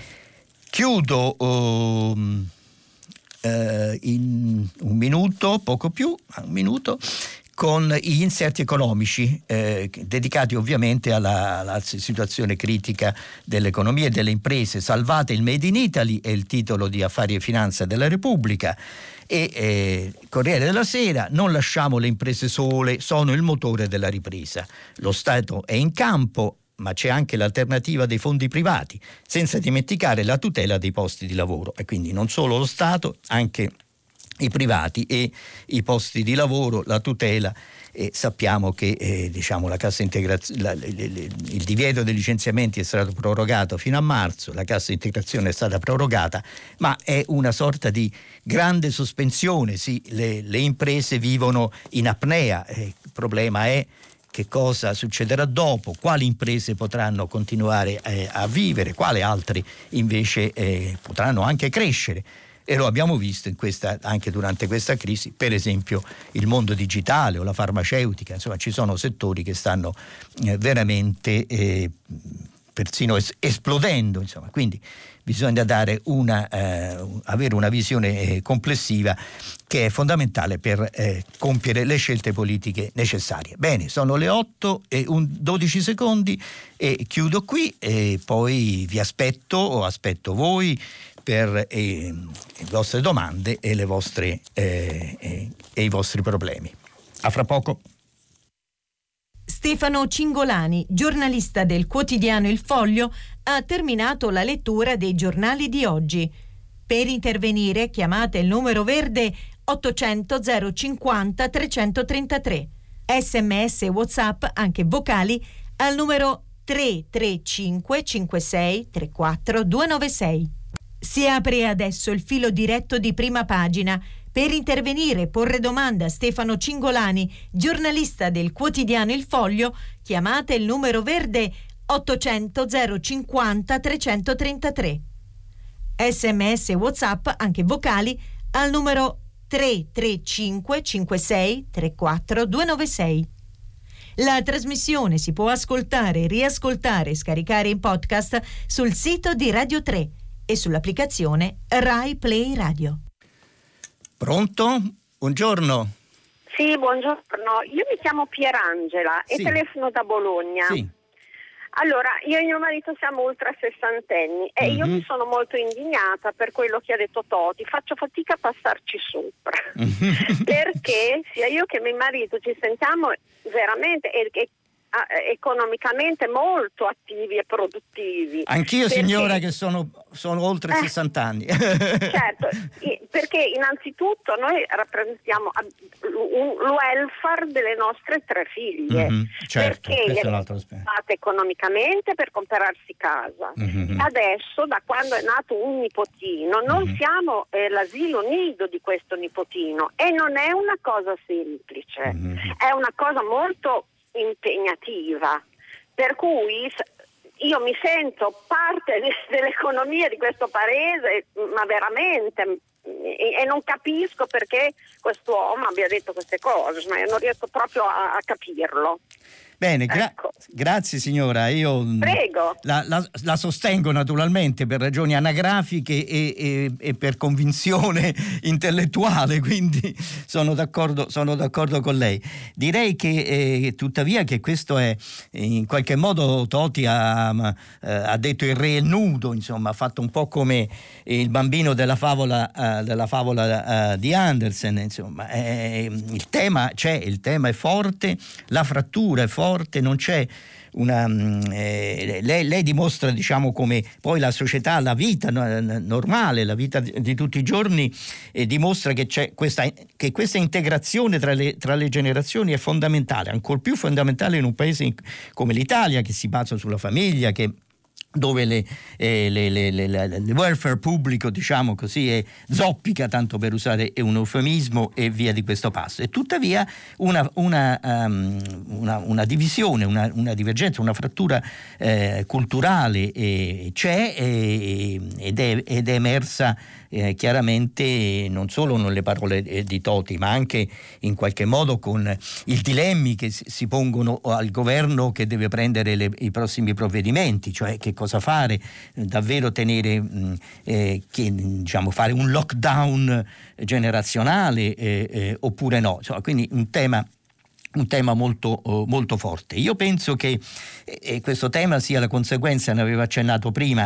Chiudo um, uh, in un minuto, poco più, un minuto, con gli inserti economici eh, dedicati ovviamente alla, alla situazione critica dell'economia e delle imprese. Salvate il Made in Italy è il titolo di Affari e Finanza della Repubblica, e eh, Corriere della Sera: non lasciamo le imprese sole, sono il motore della ripresa. Lo Stato è in campo, ma c'è anche l'alternativa dei fondi privati, senza dimenticare la tutela dei posti di lavoro. E quindi non solo lo Stato, anche i privati e i posti di lavoro, la tutela. E sappiamo che eh, diciamo la cassa integrazione, il divieto dei licenziamenti è stato prorogato fino a marzo, la cassa integrazione è stata prorogata, ma è una sorta di grande sospensione. Sì, le, le imprese vivono in apnea, eh, il problema è che cosa succederà dopo, quali imprese potranno continuare eh, a vivere, quali altre invece eh, potranno anche crescere. E lo abbiamo visto in questa, anche durante questa crisi, per esempio il mondo digitale o la farmaceutica. Insomma, ci sono settori che stanno eh, veramente eh, persino es- esplodendo, insomma. Quindi bisogna dare una, eh, avere una visione eh, complessiva, che è fondamentale per eh, compiere le scelte politiche necessarie. Bene, sono le otto e dodici secondi e chiudo qui, e poi vi aspetto o aspetto voi per eh, le vostre domande e le vostre eh, eh, e i vostri problemi. A fra poco. Stefano Cingolani, giornalista del quotidiano Il Foglio, ha terminato la lettura dei giornali di oggi. Per intervenire chiamate il numero verde ottocento zero cinquanta trecentotrentatré. Sms e WhatsApp, anche vocali, al numero tre tre cinque cinque sei tre quattro due nove sei. Si apre adesso il filo diretto di Prima Pagina. Per intervenire e porre domanda a Stefano Cingolani, giornalista del quotidiano Il Foglio, chiamate il numero verde ottocento zero cinquanta trecentotrentatré. Sms e WhatsApp, anche vocali, al numero tre tre cinque cinque sei tre quattro due nove sei. La trasmissione si può ascoltare, riascoltare e scaricare in podcast sul sito di Radio tre e sull'applicazione Rai Play Radio. Pronto? Buongiorno. Sì, buongiorno. Io mi chiamo Pierangela e sì. telefono da Bologna. Sì. Allora, io e mio marito siamo ultra sessantenni e mm-hmm. io mi sono molto indignata per quello che ha detto Toti. Faccio fatica a passarci sopra mm-hmm. perché sia io che mio marito ci sentiamo veramente e, e, a, economicamente molto attivi e produttivi. Anch'io, perché, signora, che sono, sono oltre eh, sessanta anni. Certo, perché innanzitutto noi rappresentiamo un welfare delle nostre tre figlie, mm-hmm, certo, perché le abbiamo fatte economicamente per comprarsi casa. Mm-hmm. Adesso, da quando è nato un nipotino, non mm-hmm. siamo eh, l'asilo nido di questo nipotino e non è una cosa semplice, mm-hmm. è una cosa molto impegnativa, per cui io mi sento parte de- dell'economia di questo paese, ma veramente, e, e non capisco perché quest'uomo abbia detto queste cose, ma io non riesco proprio a, a capirlo. Bene, gra- ecco. grazie signora, io Prego. La, la, la sostengo naturalmente per ragioni anagrafiche e, e, e per convinzione intellettuale, quindi sono d'accordo, sono d'accordo con lei. Direi che eh, tuttavia che questo è in qualche modo Toti ha, eh, ha detto il re è nudo, insomma ha fatto un po' come il bambino della favola, eh, della favola eh, di Andersen, insomma eh, il tema c'è, il tema è forte, la frattura è forte. Non c'è una eh, lei, lei dimostra, diciamo, come poi la società, la vita normale, la vita di, di tutti i giorni eh, dimostra che c'è questa, che questa integrazione tra le, tra le generazioni è fondamentale, ancor più fondamentale in un paese come l'Italia, che si basa sulla famiglia, che dove le, eh, le, le, le, le, il welfare pubblico, diciamo così, è zoppica, tanto per usare un eufemismo, e via di questo passo. E tuttavia una, una, um, una, una divisione, una, una divergenza, una frattura eh, culturale eh, c'è eh, ed, è, ed è emersa eh, chiaramente non solo nelle parole eh, di Toti, ma anche in qualche modo con i dilemmi che si, si pongono al governo che deve prendere le, i prossimi provvedimenti, cioè che cosa fare, davvero tenere eh, che, diciamo, fare un lockdown generazionale eh, eh, oppure no, insomma, quindi un tema un tema molto, molto forte. Io penso che eh, questo tema sia la conseguenza, ne avevo accennato prima,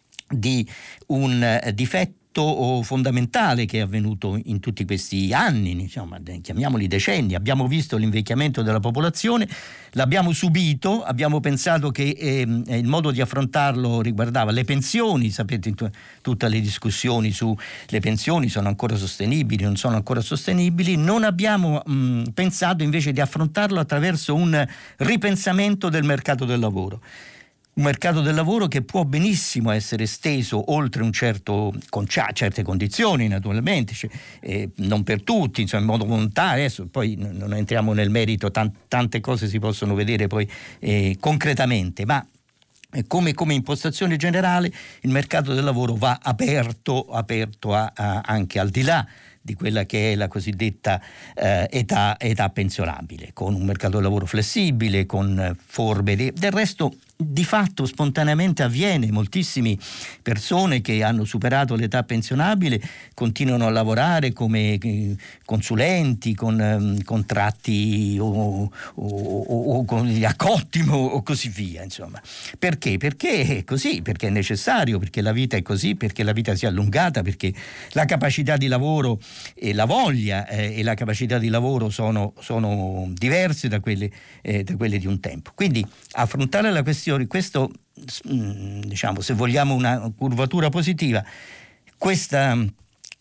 di un eh, difetto fondamentale che è avvenuto in tutti questi anni, insomma, chiamiamoli decenni. Abbiamo visto l'invecchiamento della popolazione, l'abbiamo subito, abbiamo pensato che eh, il modo di affrontarlo riguardava le pensioni. Sapete, t- tutte le discussioni su le pensioni sono ancora sostenibili, non sono ancora sostenibili. Non abbiamo mh, pensato invece di affrontarlo attraverso un ripensamento del mercato del lavoro. Un mercato del lavoro che può benissimo essere esteso oltre un certo, con certe condizioni naturalmente, cioè, eh, non per tutti, insomma, in modo volontario. Adesso poi non entriamo nel merito, tant- tante cose si possono vedere poi eh, concretamente, ma Come, come impostazione generale il mercato del lavoro va aperto, aperto a, a, anche al di là di quella che è la cosiddetta eh, età, età pensionabile, con un mercato del lavoro flessibile, con forme de, del resto di fatto spontaneamente avviene. Moltissime persone che hanno superato l'età pensionabile continuano a lavorare come eh, consulenti, con eh, contratti o, o, o, o con gli accottimo o così via, insomma. Perché? Perché è così, perché è necessario, perché la vita è così, perché la vita si è allungata, perché la capacità di lavoro e la voglia eh, e la capacità di lavoro sono, sono diverse da quelle, eh, da quelle di un tempo. Quindi affrontare la questione, questo, diciamo, se vogliamo una curvatura positiva, questa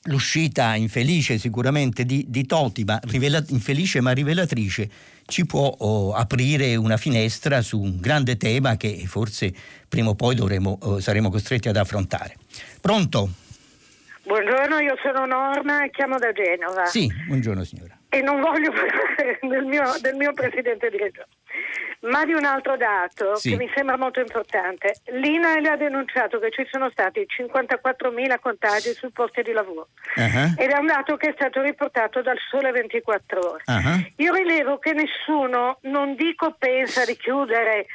l'uscita infelice sicuramente di, di Toti, ma rivela, infelice ma rivelatrice, ci può oh, aprire una finestra su un grande tema che forse prima o poi dovremo, oh, saremo costretti ad affrontare. Pronto? Buongiorno, io sono Norma e chiamo da Genova. Sì, buongiorno signora. E non voglio parlare del mio, del mio presidente di regione, ma di un altro dato sì. che mi sembra molto importante. L'I N A L ha denunciato che ci sono stati cinquantaquattromila contagi sui posti di lavoro uh-huh. ed è un dato che è stato riportato dal Sole ventiquattro Ore. Uh-huh. Io rilevo che nessuno, non dico pensa di chiudere,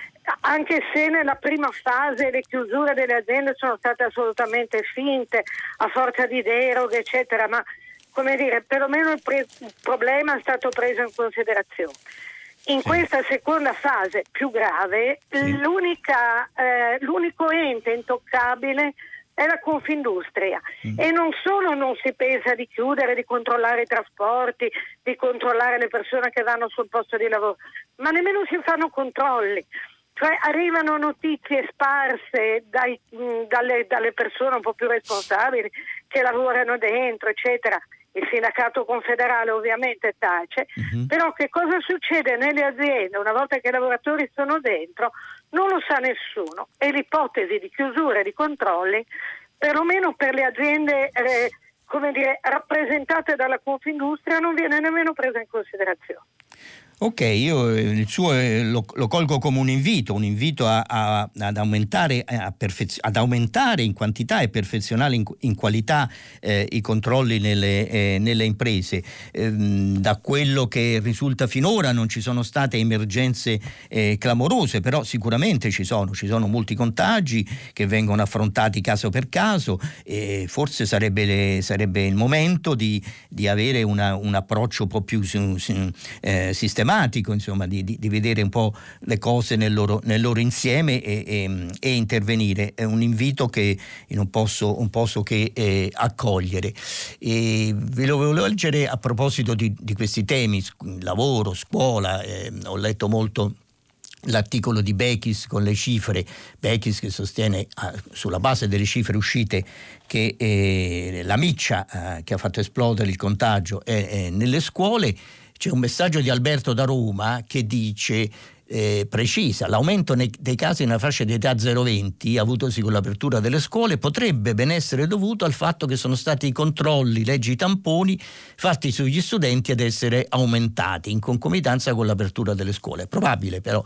anche se nella prima fase le chiusure delle aziende sono state assolutamente finte a forza di deroghe eccetera, ma come dire, perlomeno il, pre- il problema è stato preso in considerazione. In sì. questa seconda fase più grave, sì. l'unica, eh, l'unico ente intoccabile è la Confindustria mm. e non solo non si pensa di chiudere, di controllare i trasporti, di controllare le persone che vanno sul posto di lavoro, ma nemmeno si fanno controlli. Cioè arrivano notizie sparse dai, mh, dalle, dalle persone un po' più responsabili che lavorano dentro, eccetera. Il sindacato confederale ovviamente tace, uh-huh. però che cosa succede nelle aziende una volta che i lavoratori sono dentro non lo sa nessuno, e l'ipotesi di chiusura e di controlli, perlomeno per le aziende eh, come dire, rappresentate dalla Confindustria, non viene nemmeno presa in considerazione. Ok, io il suo lo, lo colgo come un invito, un invito a, a, ad, aumentare, a perfezio, ad aumentare in quantità e perfezionare in, in qualità eh, i controlli nelle, eh, nelle imprese. Eh, da quello che risulta finora non ci sono state emergenze eh, clamorose, però sicuramente ci sono, ci sono molti contagi che vengono affrontati caso per caso, e forse sarebbe, sarebbe il momento di, di avere una, un approccio un po' più eh, sistematico, insomma, di, di, di vedere un po' le cose nel loro, nel loro insieme e, e, e intervenire. È un invito che non posso, non posso che eh, accogliere. E ve lo volevo leggere a proposito di, di questi temi, lavoro, scuola. Eh, ho letto molto l'articolo di Bechis con le cifre, Bechis che sostiene ah, sulla base delle cifre uscite che eh, la miccia eh, che ha fatto esplodere il contagio è, è nelle scuole. C'è un messaggio di Alberto da Roma che dice, eh, precisa, l'aumento nei, dei casi nella fascia di età zero venti avutosi con l'apertura delle scuole potrebbe ben essere dovuto al fatto che sono stati i controlli, leggi i tamponi fatti sugli studenti ad essere aumentati in concomitanza con l'apertura delle scuole. È probabile, però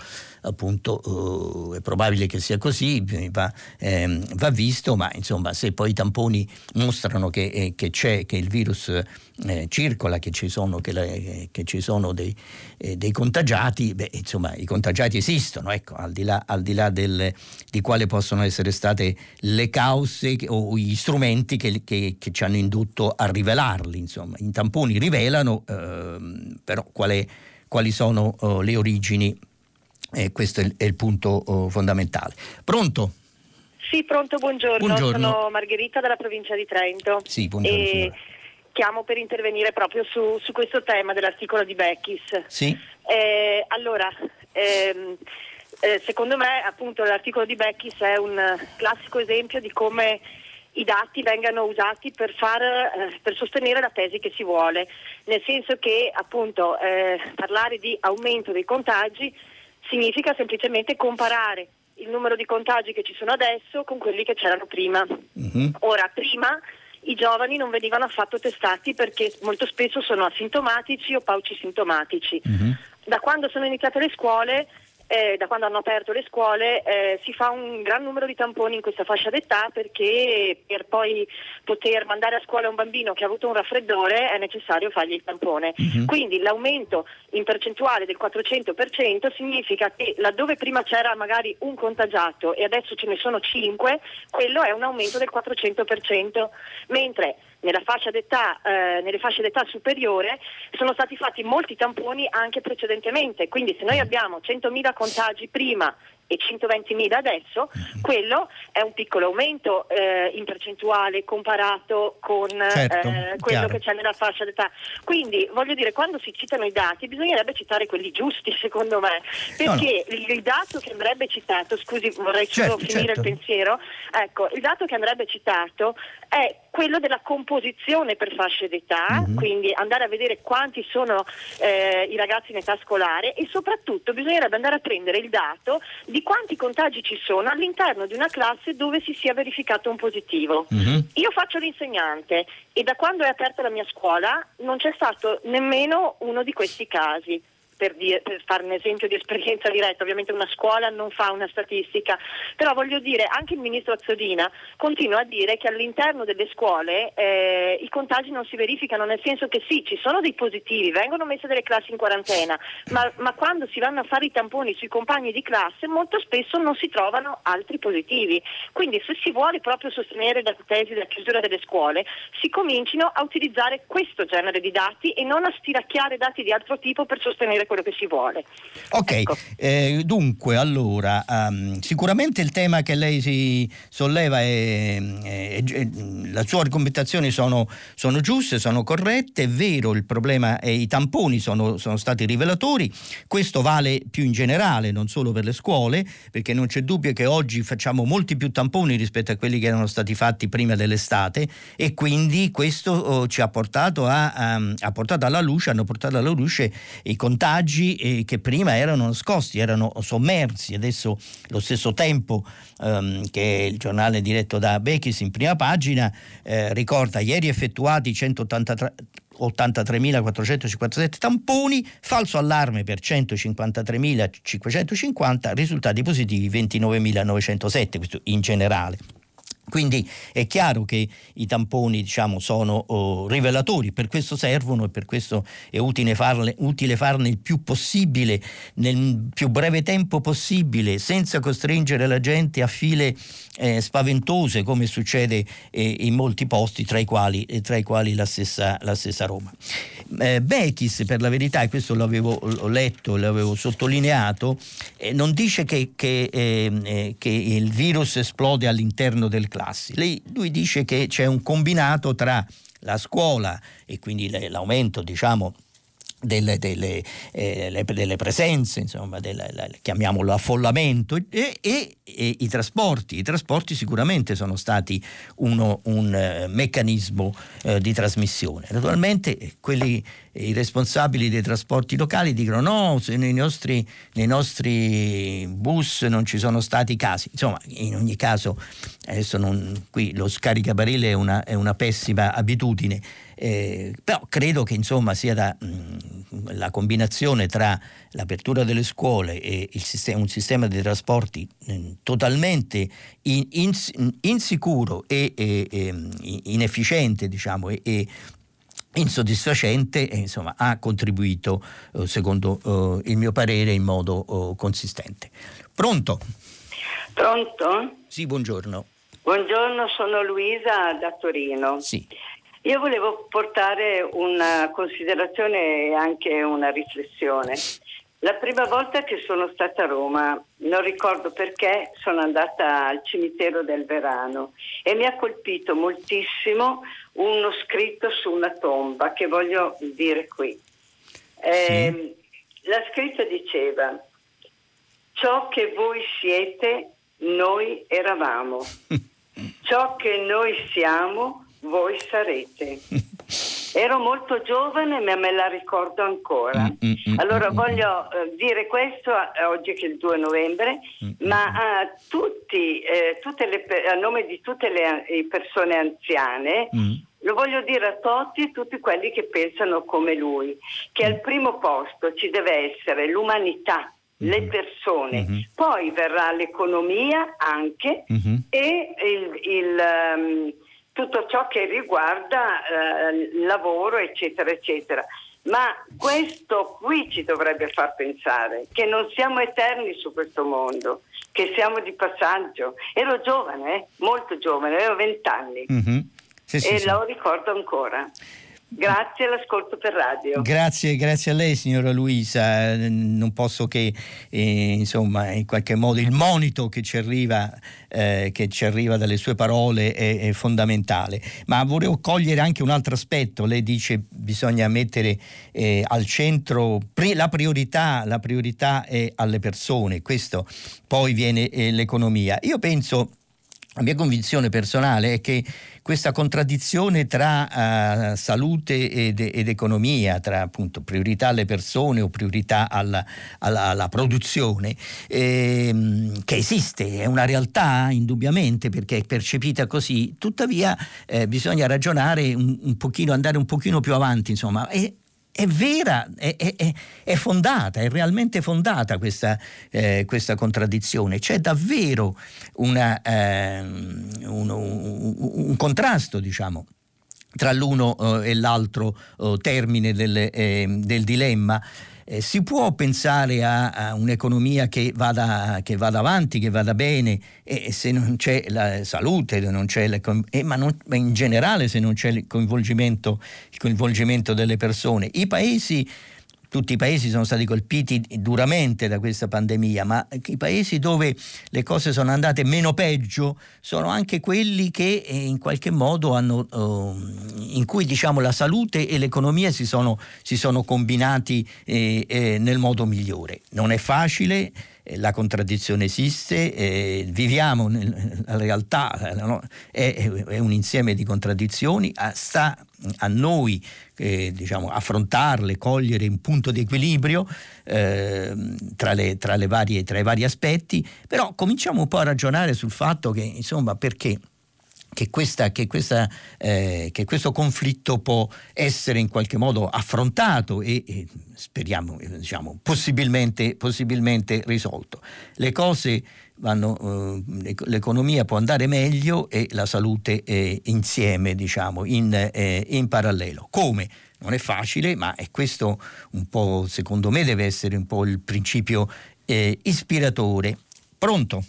appunto eh, è probabile che sia così, va, eh, va visto, ma insomma se poi i tamponi mostrano che, eh, che c'è, che il virus eh, circola, che ci sono, che, la, eh, che ci sono dei, eh, dei contagiati, beh insomma i contagiati esistono, ecco, al di là, al di là del, di quali possono essere state le cause o gli strumenti che, che, che ci hanno indotto a rivelarli, insomma i tamponi rivelano, eh, però qual è, quali sono oh, le origini, eh, questo è il, è il punto oh, fondamentale. Pronto? Sì, pronto, buongiorno. buongiorno. Sono Margherita dalla provincia di Trento. Sì, buongiorno. E chiamo per intervenire proprio su, su questo tema dell'articolo di Bechis. Sì. Eh, allora, ehm, eh, secondo me appunto l'articolo di Bechis è un classico esempio di come i dati vengano usati per far eh, per sostenere la tesi che si vuole, nel senso che appunto eh, parlare di aumento dei contagi significa semplicemente comparare il numero di contagi che ci sono adesso con quelli che c'erano prima. Mm-hmm. Ora, prima i giovani non venivano affatto testati perché molto spesso sono asintomatici o paucisintomatici. Mm-hmm. Da quando sono iniziate le scuole, eh, da quando hanno aperto le scuole, eh, si fa un gran numero di tamponi in questa fascia d'età, perché per poi poter mandare a scuola un bambino che ha avuto un raffreddore è necessario fargli il tampone. Mm-hmm. Quindi l'aumento in percentuale del quattrocento per cento significa che laddove prima c'era magari un contagiato e adesso ce ne sono cinque, quello è un aumento del quattrocento per cento, mentre nella fascia d'età, eh, nelle fasce d'età superiore sono stati fatti molti tamponi anche precedentemente, quindi se noi abbiamo centomila contagi prima e centoventimila adesso, quello è un piccolo aumento eh, in percentuale comparato con certo, eh, quello chiaro. Che c'è nella fascia d'età. Quindi voglio dire, quando si citano i dati bisognerebbe citare quelli giusti, secondo me, perché no, no. il dato che andrebbe citato, scusi vorrei solo certo, finire certo. il pensiero, ecco, il dato che andrebbe citato è quello della composizione per fasce d'età, mm-hmm. quindi andare a vedere quanti sono eh, i ragazzi in età scolare, e soprattutto bisognerebbe andare a prendere il dato di quanti contagi ci sono all'interno di una classe dove si sia verificato un positivo. Mm-hmm. Io faccio l'insegnante e da quando è aperta la mia scuola non c'è stato nemmeno uno di questi casi. Per, dire, per fare un esempio di esperienza diretta, ovviamente una scuola non fa una statistica, però voglio dire, anche il ministro Azzolina continua a dire che all'interno delle scuole eh, i contagi non si verificano, nel senso che sì, ci sono dei positivi, vengono messe delle classi in quarantena, ma, ma quando si vanno a fare i tamponi sui compagni di classe molto spesso non si trovano altri positivi. Quindi se si vuole proprio sostenere la tesi della chiusura delle scuole, si comincino a utilizzare questo genere di dati e non a stiracchiare dati di altro tipo per sostenere quello che si vuole. Ok, ecco. eh, dunque allora um, sicuramente il tema che lei si solleva è, è, è le sue argomentazioni sono, sono giuste, sono corrette, è vero, il problema è i tamponi sono, sono stati rivelatori, questo vale più in generale, non solo per le scuole, perché non c'è dubbio che oggi facciamo molti più tamponi rispetto a quelli che erano stati fatti prima dell'estate, e quindi questo oh, ci ha portato a, um, ha portato alla luce, hanno portato alla luce i contagi che prima erano nascosti, erano sommersi. Adesso lo stesso Tempo, ehm, che è il giornale diretto da Bechis in prima pagina, eh, ricorda ieri effettuati centottantatremilaquattrocentocinquantasette tamponi, falso allarme per centocinquantatremilacinquecentocinquanta, risultati positivi ventinovemilanovecentosette, questo in generale. Quindi è chiaro che i tamponi, diciamo, sono oh, rivelatori, per questo servono e per questo è utile farle, utile farne il più possibile, nel più breve tempo possibile, senza costringere la gente a file eh, spaventose, come succede eh, in molti posti, tra i quali, eh, tra i quali la stessa, la stessa Roma. Eh, Bechis, per la verità, e questo l'avevo l'ho letto, l'avevo sottolineato, eh, non dice che, che, eh, che il virus esplode all'interno del classi. Lei, lui dice che c'è un combinato tra la scuola e quindi le, l'aumento, diciamo, delle, delle, eh, le, delle presenze, insomma, delle, le, chiamiamolo affollamento, e, e, e i trasporti. I trasporti sicuramente sono stati uno, un uh, meccanismo uh, di trasmissione. Naturalmente quelli i responsabili dei trasporti locali dicono no, se nei nostri, nei nostri bus non ci sono stati casi. Insomma, in ogni caso, adesso non, qui lo scaricabarile è una, è una pessima abitudine, eh, però credo che insomma sia da, mh, la combinazione tra l'apertura delle scuole e il sistema, un sistema di trasporti mh, totalmente in, in, insicuro e, e, e inefficiente, diciamo, e, e insoddisfacente, e insomma ha contribuito, eh, secondo eh, il mio parere, in modo eh, consistente. Pronto? Pronto? Sì, buongiorno. Buongiorno, sono Luisa da Torino. Sì. Io volevo portare una considerazione e anche una riflessione. La prima volta che sono stata a Roma, non ricordo perché, sono andata al cimitero del Verano e mi ha colpito moltissimo uno scritto su una tomba che voglio dire qui. Eh, sì. La scritta diceva: ciò che voi siete, noi eravamo. Ciò che noi siamo, voi sarete. Ero molto giovane, ma me la ricordo ancora. Mm, mm, allora mm, voglio eh, dire questo eh, oggi che è il due novembre, mm, ma a tutti, eh, tutte le, a nome di tutte le persone anziane, mm. lo voglio dire a tutti, tutti quelli che pensano come lui, che al primo posto ci deve essere l'umanità, mm. le persone, mm-hmm. poi verrà l'economia anche, mm-hmm. e il... il um, tutto ciò che riguarda eh, lavoro, eccetera, eccetera. Ma questo qui ci dovrebbe far pensare che non siamo eterni su questo mondo, che siamo di passaggio. Ero giovane, eh? molto giovane, avevo vent'anni, mm-hmm. sì, sì, e sì. lo ricordo ancora. Grazie, l'ascolto per radio. Grazie, grazie a lei, signora Luisa. Non posso che eh, insomma, in qualche modo il monito che ci arriva eh, che ci arriva dalle sue parole è, è fondamentale. Ma volevo cogliere anche un altro aspetto. Lei dice bisogna mettere eh, al centro pre- la priorità, la priorità è alle persone, questo poi viene eh, l'economia. Io penso la mia convinzione personale è che questa contraddizione tra uh, salute ed, ed economia, tra appunto priorità alle persone o priorità alla, alla, alla produzione, ehm, che esiste, è una realtà indubbiamente perché è percepita così, tuttavia eh, bisogna ragionare un, un pochino, andare un pochino più avanti, insomma. E, È vera, è, è, è fondata, è realmente fondata questa, eh, questa contraddizione. C'è davvero una, eh, un, un, un contrasto, diciamo, tra l'uno eh, e l'altro eh, termine del, eh, del dilemma. Eh, si può pensare a, a un'economia che vada, che vada avanti, che vada bene, e se non c'è la salute, non c'è la, eh, ma, non, ma in generale se non c'è il coinvolgimento, il coinvolgimento delle persone. I paesi, tutti i paesi sono stati colpiti duramente da questa pandemia, ma i paesi dove le cose sono andate meno peggio sono anche quelli che eh, in qualche modo hanno, eh, in cui diciamo la salute e l'economia si sono, si sono combinati eh, eh, nel modo migliore. Non è facile, eh, la contraddizione esiste, eh, viviamo nella realtà, no? è, è un insieme di contraddizioni, sta a noi eh, diciamo affrontarle, cogliere un punto di equilibrio eh, tra, le, tra, le varie, tra i vari aspetti, però cominciamo un po' a ragionare sul fatto che insomma perché che, questa, che, questa, eh, che questo conflitto può essere in qualche modo affrontato e, e speriamo diciamo possibilmente, possibilmente risolto. Le cose vanno, eh, l'economia può andare meglio e la salute eh, insieme, diciamo, in, eh, in parallelo. Come? Non è facile, ma è questo un po', secondo me, deve essere un po' il principio eh, ispiratore. Pronto?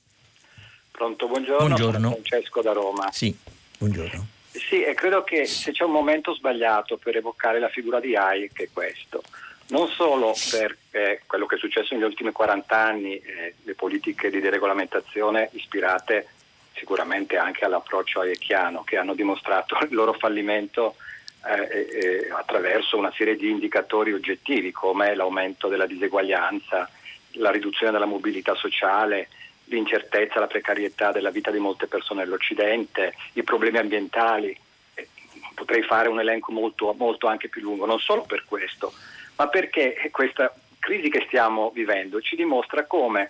Pronto, buongiorno, buongiorno. Sono Francesco da Roma. Sì, buongiorno. Sì, e credo che se c'è un momento sbagliato per evocare la figura di Hayek è questo. Non solo per eh, quello che è successo negli ultimi quaranta anni, eh, le politiche di deregolamentazione ispirate sicuramente anche all'approccio hayekiano, che hanno dimostrato il loro fallimento eh, eh, attraverso una serie di indicatori oggettivi come l'aumento della diseguaglianza, la riduzione della mobilità sociale, l'incertezza, la precarietà della vita di molte persone nell'Occidente, i problemi ambientali. Eh, potrei fare un elenco molto, molto anche più lungo, non solo per questo, ma perché questa crisi che stiamo vivendo ci dimostra come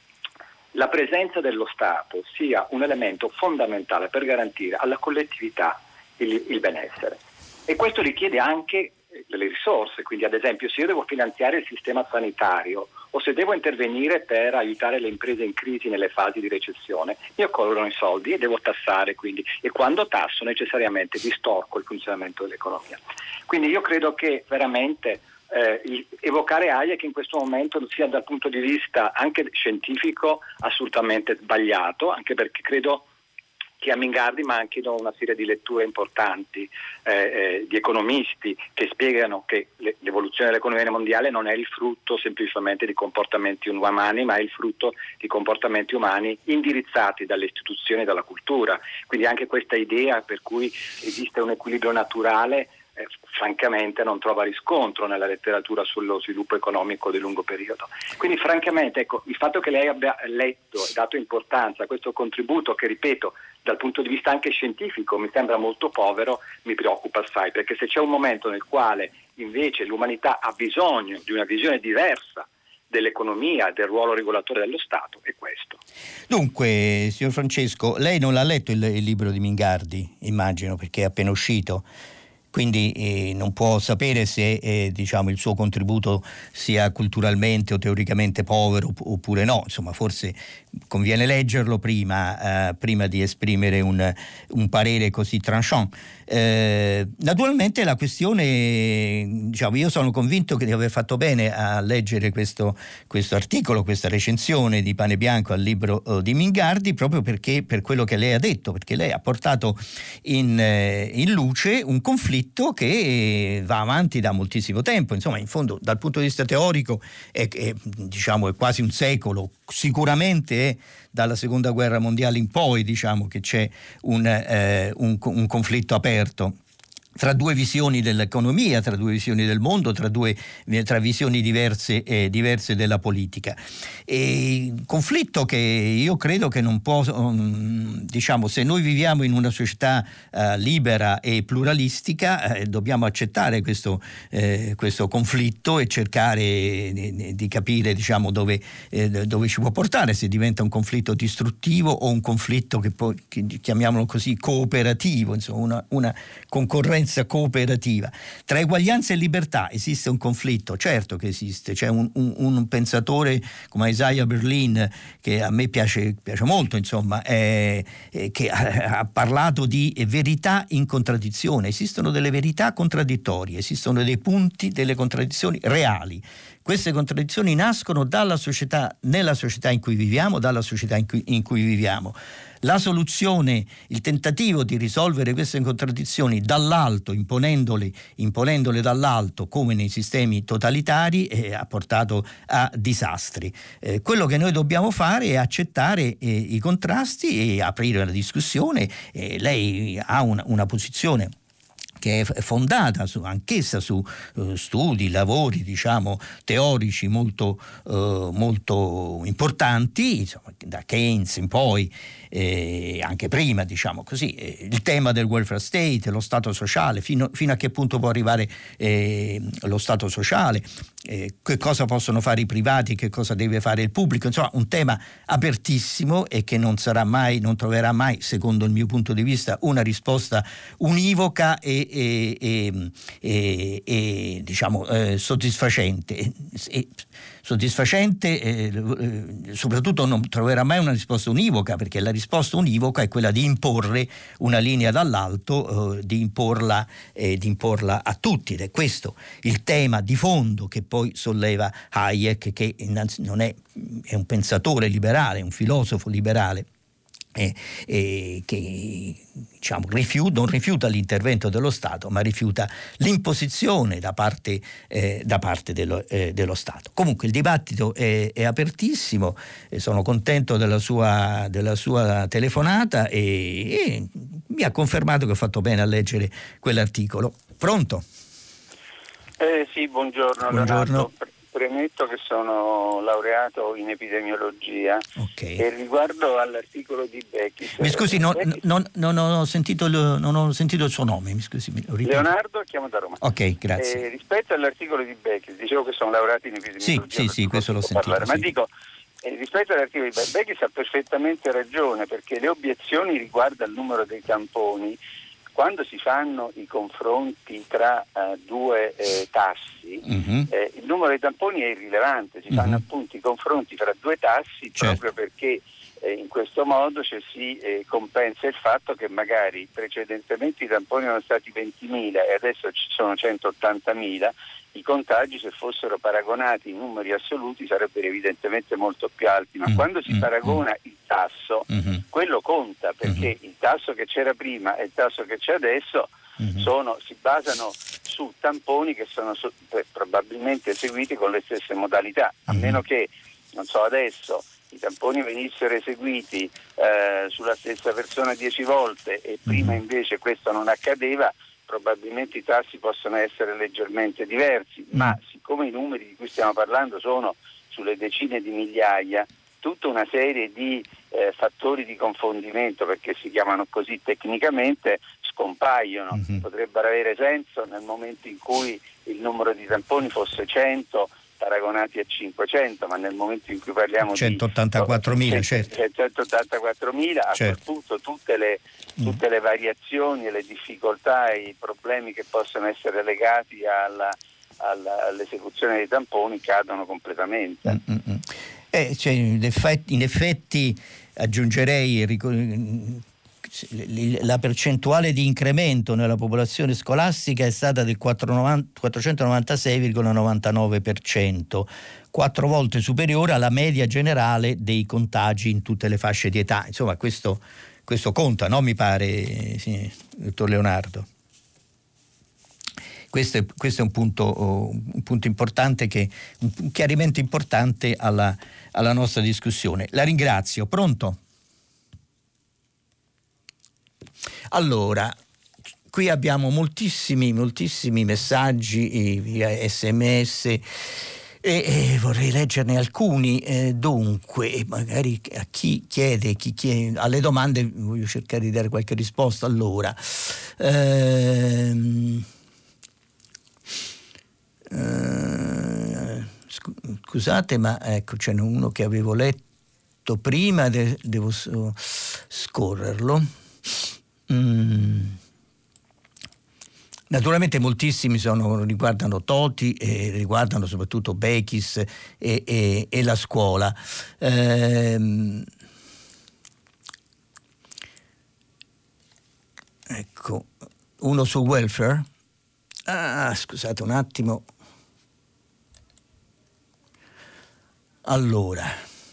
la presenza dello Stato sia un elemento fondamentale per garantire alla collettività il, il benessere. E questo richiede anche delle risorse, quindi ad esempio se io devo finanziare il sistema sanitario o se devo intervenire per aiutare le imprese in crisi nelle fasi di recessione, mi occorrono i soldi e devo tassare, quindi, e quando tasso necessariamente distorco il funzionamento dell'economia. Quindi io credo che veramente eh, evocare Hayek in questo momento sia dal punto di vista anche scientifico assolutamente sbagliato, anche perché credo che a Mingardi manchino una serie di letture importanti eh, eh, di economisti che spiegano che le, l'evoluzione dell'economia mondiale non è il frutto semplicemente di comportamenti umani, ma è il frutto di comportamenti umani indirizzati dalle istituzioni e dalla cultura. Quindi anche questa idea per cui esiste un equilibrio naturale Eh, francamente non trova riscontro nella letteratura sullo sviluppo economico di lungo periodo. Quindi francamente ecco, il fatto che lei abbia letto e dato importanza a questo contributo che, ripeto, dal punto di vista anche scientifico mi sembra molto povero, mi preoccupa assai, perché se c'è un momento nel quale invece l'umanità ha bisogno di una visione diversa dell'economia, del ruolo regolatore dello Stato, è questo. Dunque, signor Francesco, lei non l'ha letto il, il libro di Mingardi, immagino, perché è appena uscito. Quindi eh, non può sapere se eh, diciamo, il suo contributo sia culturalmente o teoricamente povero oppure no. Insomma, forse conviene leggerlo prima, eh, prima di esprimere un, un parere così tranchant. Eh, naturalmente la questione, diciamo, io sono convinto che di aver fatto bene a leggere questo, questo articolo, questa recensione di Pane Bianco al libro oh, di Mingardi, proprio perché per quello che lei ha detto, perché lei ha portato in, eh, in luce un conflitto che va avanti da moltissimo tempo. Insomma, in fondo dal punto di vista teorico è, è, diciamo, è quasi un secolo, sicuramente è dalla seconda guerra mondiale in poi, diciamo, che c'è un, eh, un, un conflitto aperto. tra due visioni dell'economia, tra due visioni del mondo, tra due tra visioni diverse eh, diverse della politica. E conflitto che io credo che non può, um, diciamo, se noi viviamo in una società uh, libera e pluralistica, eh, dobbiamo accettare questo, eh, questo conflitto e cercare di, di capire, diciamo, dove, eh, dove ci può portare, se diventa un conflitto distruttivo o un conflitto che poi, che, chiamiamolo così, cooperativo, insomma, una, una concorrenza cooperativa. Tra eguaglianza e libertà esiste un conflitto? Certo che esiste. C'è un, un, un pensatore come Isaiah Berlin, che a me piace, piace molto, insomma, eh, eh, che ha, ha parlato di verità in contraddizione. Esistono delle verità contraddittorie, esistono dei punti, delle contraddizioni reali. Queste contraddizioni nascono dalla società, nella società in cui viviamo, dalla società in cui, in cui viviamo. La soluzione, il tentativo di risolvere queste contraddizioni dall'alto, imponendole, imponendole dall'alto come nei sistemi totalitari, eh, ha portato a disastri. Eh, quello che noi dobbiamo fare è accettare eh, i contrasti e aprire la discussione. Eh, lei ha una, una posizione che è fondata su, anch'essa su uh, studi, lavori, diciamo, teorici molto, uh, molto importanti, insomma, da Keynes in poi, eh, anche prima, diciamo così, eh, il tema del welfare state, lo Stato sociale, fino, fino a che punto può arrivare eh, lo Stato sociale, eh, che cosa possono fare i privati, che cosa deve fare il pubblico, insomma un tema apertissimo e che non sarà mai, non troverà mai, secondo il mio punto di vista, una risposta univoca e E, e, e, e diciamo eh, soddisfacente e, soddisfacente eh, soprattutto non troverà mai una risposta univoca, perché la risposta univoca è quella di imporre una linea dall'alto, eh, di imporla eh, di imporla a tutti, ed è questo il tema di fondo che poi solleva Hayek, che non è, è un pensatore liberale, un filosofo liberale, Eh, eh, che diciamo rifiuta, non rifiuta l'intervento dello Stato, ma rifiuta l'imposizione da parte, eh, da parte dello, eh, dello Stato. Comunque il dibattito è, è apertissimo, e sono contento della sua, della sua telefonata e, e mi ha confermato che ho fatto bene a leggere quell'articolo. Pronto? Eh, sì, buongiorno. Buongiorno. Premetto che sono laureato in epidemiologia, okay. E riguardo all'articolo di Beckis... Mi scusi, non, Beckis, non, non, ho sentito il, non ho sentito il suo nome, mi scusi. Mi Leonardo, chiamo da Roma. Ok, grazie. Eh, rispetto all'articolo di Beckis, dicevo che sono laureato in epidemiologia... Sì, sì, sì, questo l'ho sentito. Parlare, sì. Ma dico, eh, rispetto all'articolo di Beckis ha perfettamente ragione, perché le obiezioni riguardo al numero dei tamponi, quando si fanno i confronti tra uh, due eh, tassi, uh-huh. eh, il numero dei tamponi è irrilevante, si uh-huh. fanno appunto i confronti tra due tassi, certo. proprio perché eh, in questo cioè, si eh, compensa il fatto che magari precedentemente i tamponi erano stati ventimila e adesso ci sono centottantamila, i contagi, se fossero paragonati in numeri assoluti, sarebbero evidentemente molto più alti, ma mm, quando si mm, paragona mm. il tasso, mm-hmm. quello conta, perché mm-hmm. il tasso che c'era prima e il tasso che c'è adesso mm-hmm. sono, si basano su tamponi che sono so, probabilmente eseguiti con le stesse modalità, a mm-hmm. meno che, non so, adesso i tamponi venissero eseguiti eh, sulla stessa persona dieci volte e prima invece questo non accadeva, probabilmente i tassi possono essere leggermente diversi, mm. ma siccome i numeri di cui stiamo parlando sono sulle decine di migliaia, tutta una serie di eh, fattori di confondimento, perché si chiamano così tecnicamente, scompaiono. Mm-hmm. Potrebbero avere senso nel momento in cui il numero di tamponi fosse cento paragonati a cinquecento, ma nel momento in cui parliamo centottantaquattromila, di certo. centottantaquattromila, a certo. quel punto tutte le, tutte le variazioni e le difficoltà e i problemi che possono essere legati alla, alla, all'esecuzione dei tamponi cadono completamente. Mm-hmm. Eh, cioè, in, effetti, in effetti aggiungerei la percentuale di incremento nella popolazione scolastica è stata del quattrocentonovantasei virgola novantanove per cento, quattro volte superiore alla media generale dei contagi in tutte le fasce di età. Insomma, questo, questo conta, no? Mi pare, sì, dottor Leonardo. Questo è, questo è un punto, un punto importante, che, un chiarimento importante alla, alla nostra discussione. La ringrazio. Pronto? Allora, qui abbiamo moltissimi, moltissimi messaggi via sms e, e vorrei leggerne alcuni. Eh, dunque, magari a chi chiede, chi chiede, alle domande voglio cercare di dare qualche risposta. Allora, ehm, eh, scusate, ma ecco, c'è uno che avevo letto prima, de- devo scorrerlo. Mm. Naturalmente moltissimi sono, riguardano Toti e riguardano soprattutto Bechis e, e, e la scuola. Ehm, ecco, uno su welfare. Ah, scusate un attimo. Allora,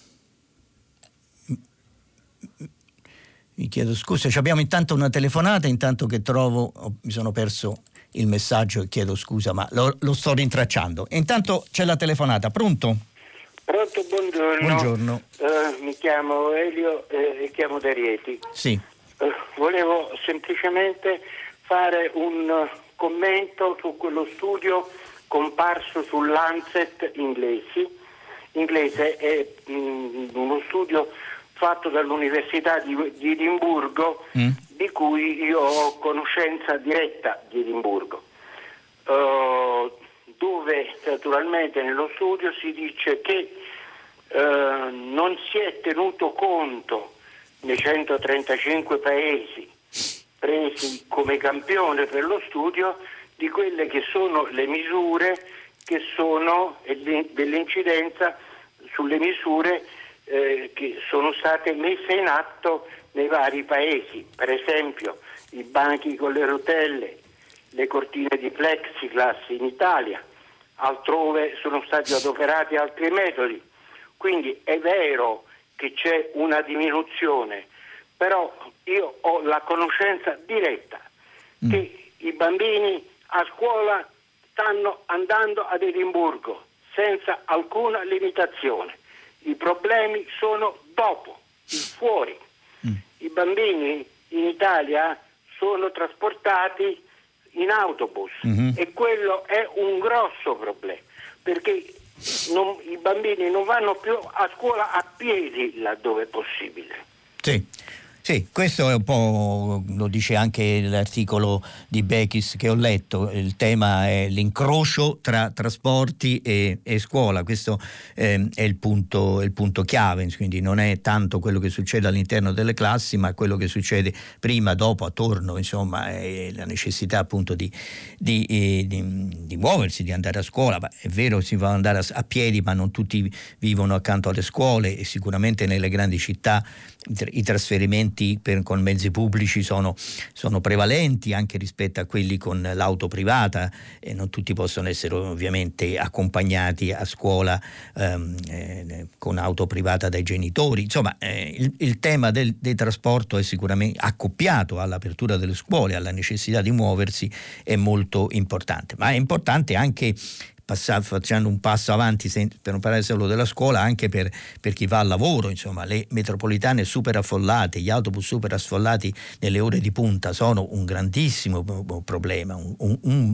mi chiedo scusa, abbiamo intanto una telefonata, intanto che trovo, oh, mi sono perso il messaggio e chiedo scusa, ma lo, lo sto rintracciando. E intanto c'è la telefonata, pronto? Pronto, buongiorno. Buongiorno. Uh, mi chiamo Elio e eh, chiamo da Rieti. Sì. Uh, volevo semplicemente fare un commento su quello studio comparso sul Lancet inglesi. inglese, è mh, uno studio fatto dall'Università di, di Edimburgo, mm. di cui io ho conoscenza diretta di Edimburgo, uh, dove naturalmente nello studio si dice che uh, non si è tenuto conto nei centotrentacinque paesi presi come campione per lo studio di quelle che sono le misure che sono dell'incidenza sulle misure eh, che sono state messe in atto nei vari paesi, per esempio i banchi con le rotelle, le cortine di plexiglass in Italia, altrove sono stati adoperati altri metodi. Quindi è vero che c'è una diminuzione, però io ho la conoscenza diretta mm. che i bambini a scuola stanno andando ad Edimburgo senza alcuna limitazione. I problemi sono dopo, il fuori. Mm. I bambini in Italia sono trasportati in autobus mm-hmm. e quello è un grosso problema, perché non, i bambini non vanno più a scuola a piedi laddove è possibile. Sì. Sì, questo è un po', lo dice anche l'articolo di Bechis che ho letto, il tema è l'incrocio tra trasporti e, e scuola, questo eh, è il punto, il punto chiave, quindi non è tanto quello che succede all'interno delle classi, ma quello che succede prima, dopo, attorno, insomma, è la necessità appunto di, di, di, di muoversi, di andare a scuola. Ma è vero, si va ad andare a, a piedi, ma non tutti vivono accanto alle scuole e sicuramente nelle grandi città i trasferimenti per, con mezzi pubblici sono, sono prevalenti anche rispetto a quelli con l'auto privata e non tutti possono essere ovviamente accompagnati a scuola ehm, eh, con auto privata dai genitori. Insomma, eh, il, il tema del, del trasporto è sicuramente accoppiato all'apertura delle scuole, alla necessità di muoversi, è molto importante, ma è importante anche facendo un passo avanti, per non parlare solo della scuola, anche per, per chi va al lavoro. Insomma, le metropolitane super affollate, gli autobus super affollati nelle ore di punta sono un grandissimo problema, un, un, un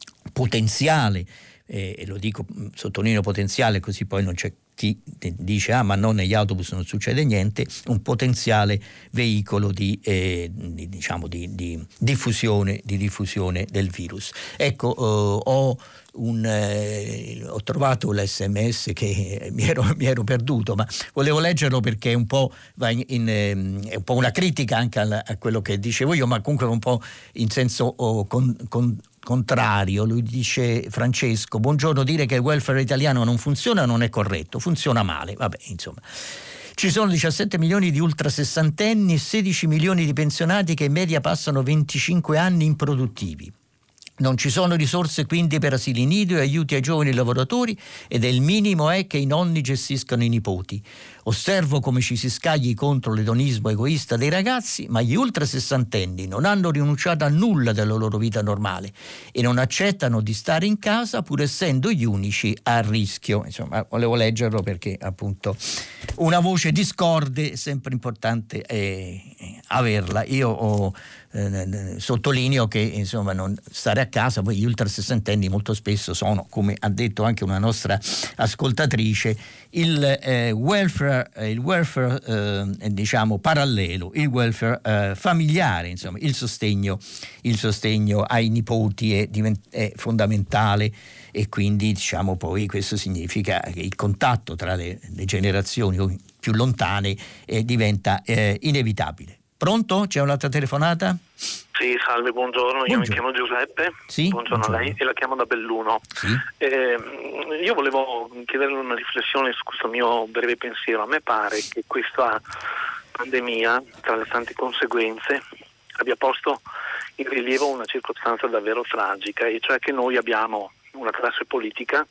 potenziale, eh, e lo dico, sottolineo potenziale, così poi non c'è chi dice ah ma no, negli autobus non succede niente, un potenziale veicolo di, eh, di diciamo di, di diffusione di diffusione del virus. Ecco, eh, ho un eh, ho trovato l'sms che mi ero, mi ero perduto, ma volevo leggerlo perché è un po' va in, in, è un po' una critica anche a, a quello che dicevo io, ma comunque un po' in senso oh, con, con contrario. Lui dice: Francesco, buongiorno, dire che il welfare italiano non funziona non è corretto, funziona male. Vabbè, insomma, ci sono diciassette milioni di ultrasessantenni e sedici milioni di pensionati che in media passano venticinque anni improduttivi. Non ci sono risorse quindi per asili nido e aiuti ai giovani lavoratori ed il minimo è che i nonni gestiscano i nipoti. Osservo come ci si scagli contro l'edonismo egoista dei ragazzi, ma gli ultra sessantenni non hanno rinunciato a nulla della loro vita normale e non accettano di stare in casa pur essendo gli unici a rischio. Insomma, volevo leggerlo perché appunto una voce discorde è sempre importante eh, averla. Io ho Eh, sottolineo che insomma non stare a casa, poi gli ultra sessantenni molto spesso sono, come ha detto anche una nostra ascoltatrice, il eh, welfare, il welfare eh, diciamo parallelo, il welfare eh, familiare, insomma il sostegno, il sostegno ai nipoti è, divent- è fondamentale, e quindi diciamo poi questo significa che il contatto tra le, le generazioni più lontane eh, diventa eh, inevitabile. Pronto? C'è un'altra telefonata? Sì, salve, buongiorno, io buongiorno. Mi chiamo Giuseppe, sì? buongiorno, buongiorno a lei, e la chiamo da Belluno. Sì? Eh, io volevo chiederle una riflessione su questo mio breve pensiero. A me pare che questa pandemia, tra le tante conseguenze, abbia posto in rilievo una circostanza davvero tragica, e cioè che noi abbiamo una classe politica,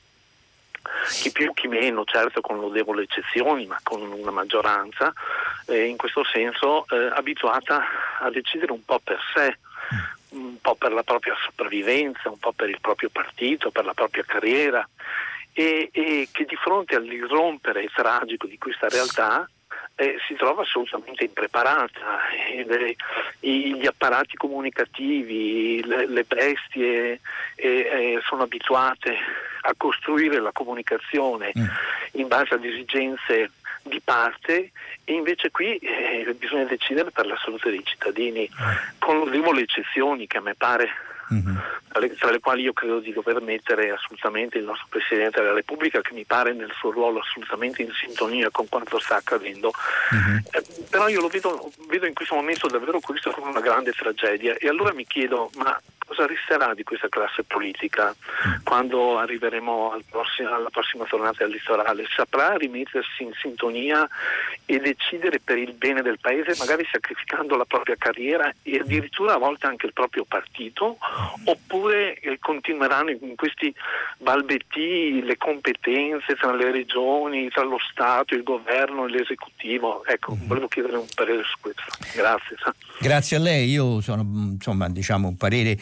chi più chi meno, certo con lodevoli eccezioni, ma con una maggioranza, eh, in questo senso eh, abituata a decidere un po' per sé, un po' per la propria sopravvivenza, un po' per il proprio partito, per la propria carriera, e, e che di fronte all'irrompere tragico di questa realtà eh, si trova assolutamente impreparata. E le, gli apparati comunicativi, le, le bestie eh, eh, sono abituate a costruire la comunicazione mm. in base ad esigenze di parte, e invece qui eh, bisogna decidere per la salute dei cittadini, con notevoli eccezioni che a me pare, mm-hmm. tra, le, tra le quali io credo di dover mettere assolutamente il nostro Presidente della Repubblica, che mi pare nel suo ruolo assolutamente in sintonia con quanto sta accadendo. Mm-hmm. Eh, però io lo vedo, vedo in questo momento davvero questo come una grande tragedia, e allora mi chiedo, ma cosa resterà di questa classe politica quando arriveremo al prossimo, alla prossima tornata elettorale? Saprà rimettersi in sintonia e decidere per il bene del paese, magari sacrificando la propria carriera e addirittura a volte anche il proprio partito, oppure eh, continueranno in questi balbettii le competenze tra le regioni, tra lo Stato, il governo e l'esecutivo? Ecco, volevo chiedere un parere su questo. Grazie. Grazie a lei. Io sono, insomma, diciamo un parere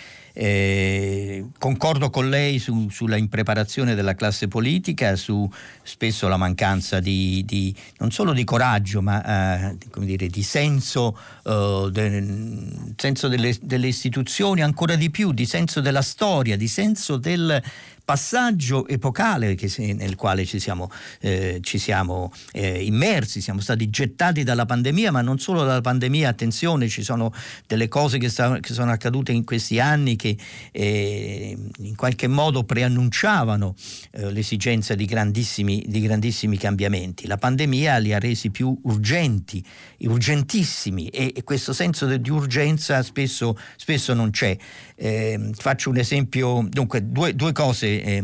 Eh, concordo con lei su, sulla impreparazione della classe politica, su spesso la mancanza di, di non solo di coraggio, ma eh, come dire, di senso, eh, de, senso delle, delle istituzioni, ancora di più di senso della storia, di senso del passaggio epocale che se, nel quale ci siamo, eh, ci siamo eh, immersi, siamo stati gettati dalla pandemia, ma non solo dalla pandemia, attenzione, ci sono delle cose che, sta, che sono accadute in questi anni che eh, in qualche modo preannunciavano eh, l'esigenza di grandissimi, di grandissimi cambiamenti. La pandemia li ha resi più urgenti, urgentissimi, e, e questo senso di urgenza spesso, spesso non c'è. Eh, faccio un esempio, dunque due, due cose. Eh,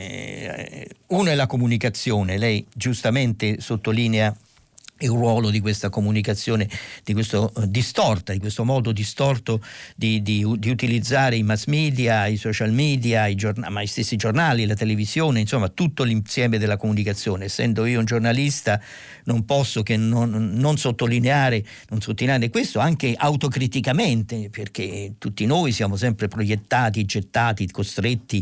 eh, uno è la comunicazione. Lei giustamente sottolinea il ruolo di questa comunicazione, di questo uh, distorta, di questo modo distorto di, di, di utilizzare i mass media, i social media, i giornali, ma i stessi giornali, la televisione, insomma tutto l'insieme della comunicazione. Essendo io un giornalista non posso che non, non sottolineare, non sottolineare questo anche autocriticamente, perché tutti noi siamo sempre proiettati, gettati, costretti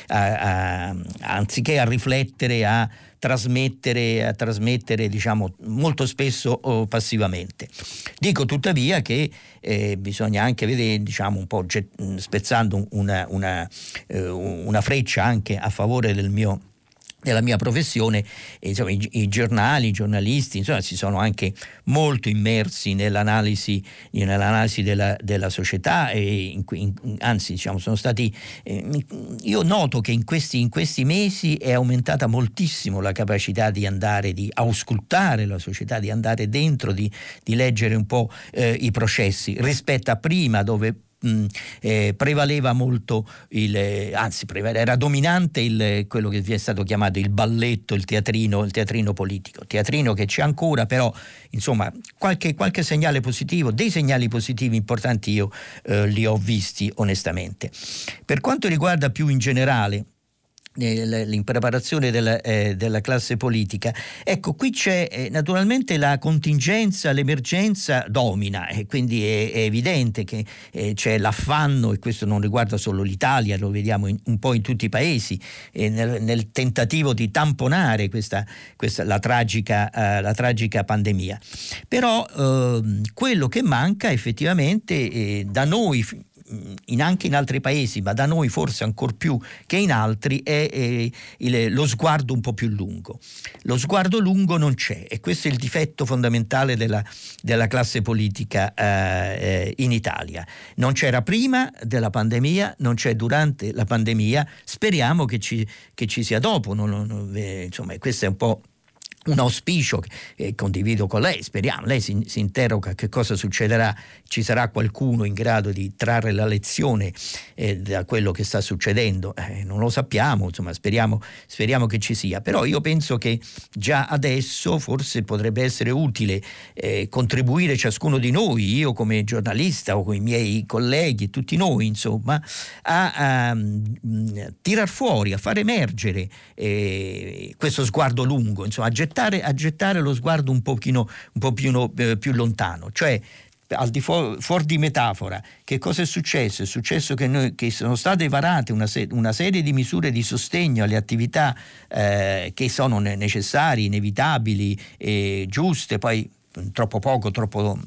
a, a, anziché a riflettere, a trasmettere, a trasmettere diciamo molto spesso oh, passivamente. Dico tuttavia che eh, bisogna anche vedere, diciamo un po' get, spezzando una, una, eh, una freccia anche a favore del mio della mia professione, e, insomma, i, i giornali, i giornalisti, insomma, si sono anche molto immersi nell'analisi, nell'analisi della, della società, e in, in, anzi, diciamo, sono stati. Eh, io noto che in questi, in questi mesi è aumentata moltissimo la capacità di andare, di auscultare la società, di andare dentro, di, di leggere un po' eh, i processi rispetto a prima, dove Mm, eh, prevaleva molto il, eh, anzi prevaleva, era dominante il, quello che vi è stato chiamato il balletto, il teatrino, il teatrino politico, teatrino che c'è ancora, però insomma qualche, qualche segnale positivo, dei segnali positivi importanti io eh, li ho visti onestamente. Per quanto riguarda più in generale l'impreparazione della, eh, della classe politica. Ecco, qui c'è eh, naturalmente la contingenza, l'emergenza domina e quindi è, è evidente che eh, c'è l'affanno, e questo non riguarda solo l'Italia, lo vediamo in, un po' in tutti i paesi, eh, nel, nel tentativo di tamponare questa, questa, la, tragica, eh, la tragica pandemia. Però eh, quello che manca effettivamente eh, da noi, In anche in altri paesi, ma da noi forse ancor più che in altri, è, è il, lo sguardo un po' più lungo. Lo sguardo lungo non c'è, e questo è il difetto fondamentale della, della classe politica eh, in Italia. Non c'era prima della pandemia, non c'è durante la pandemia, speriamo che ci, che ci sia dopo. Non, non, eh, insomma, questo è un po' un auspicio che eh, condivido con lei, speriamo. Lei si, si interroga che cosa succederà, ci sarà qualcuno in grado di trarre la lezione eh, da quello che sta succedendo, eh, non lo sappiamo, insomma speriamo, speriamo che ci sia, però io penso che già adesso forse potrebbe essere utile eh, contribuire ciascuno di noi, io come giornalista o con i miei colleghi, tutti noi insomma, a, a, a tirar fuori, a far emergere eh, questo sguardo lungo, insomma a gettare A gettare lo sguardo un pochino, un po' più, eh, più lontano, cioè al di fuori, fuori di metafora. Che cosa è successo? È successo che, noi, che sono state varate una, se, una serie di misure di sostegno alle attività eh, che sono necessarie, inevitabili e giuste, poi troppo poco, troppo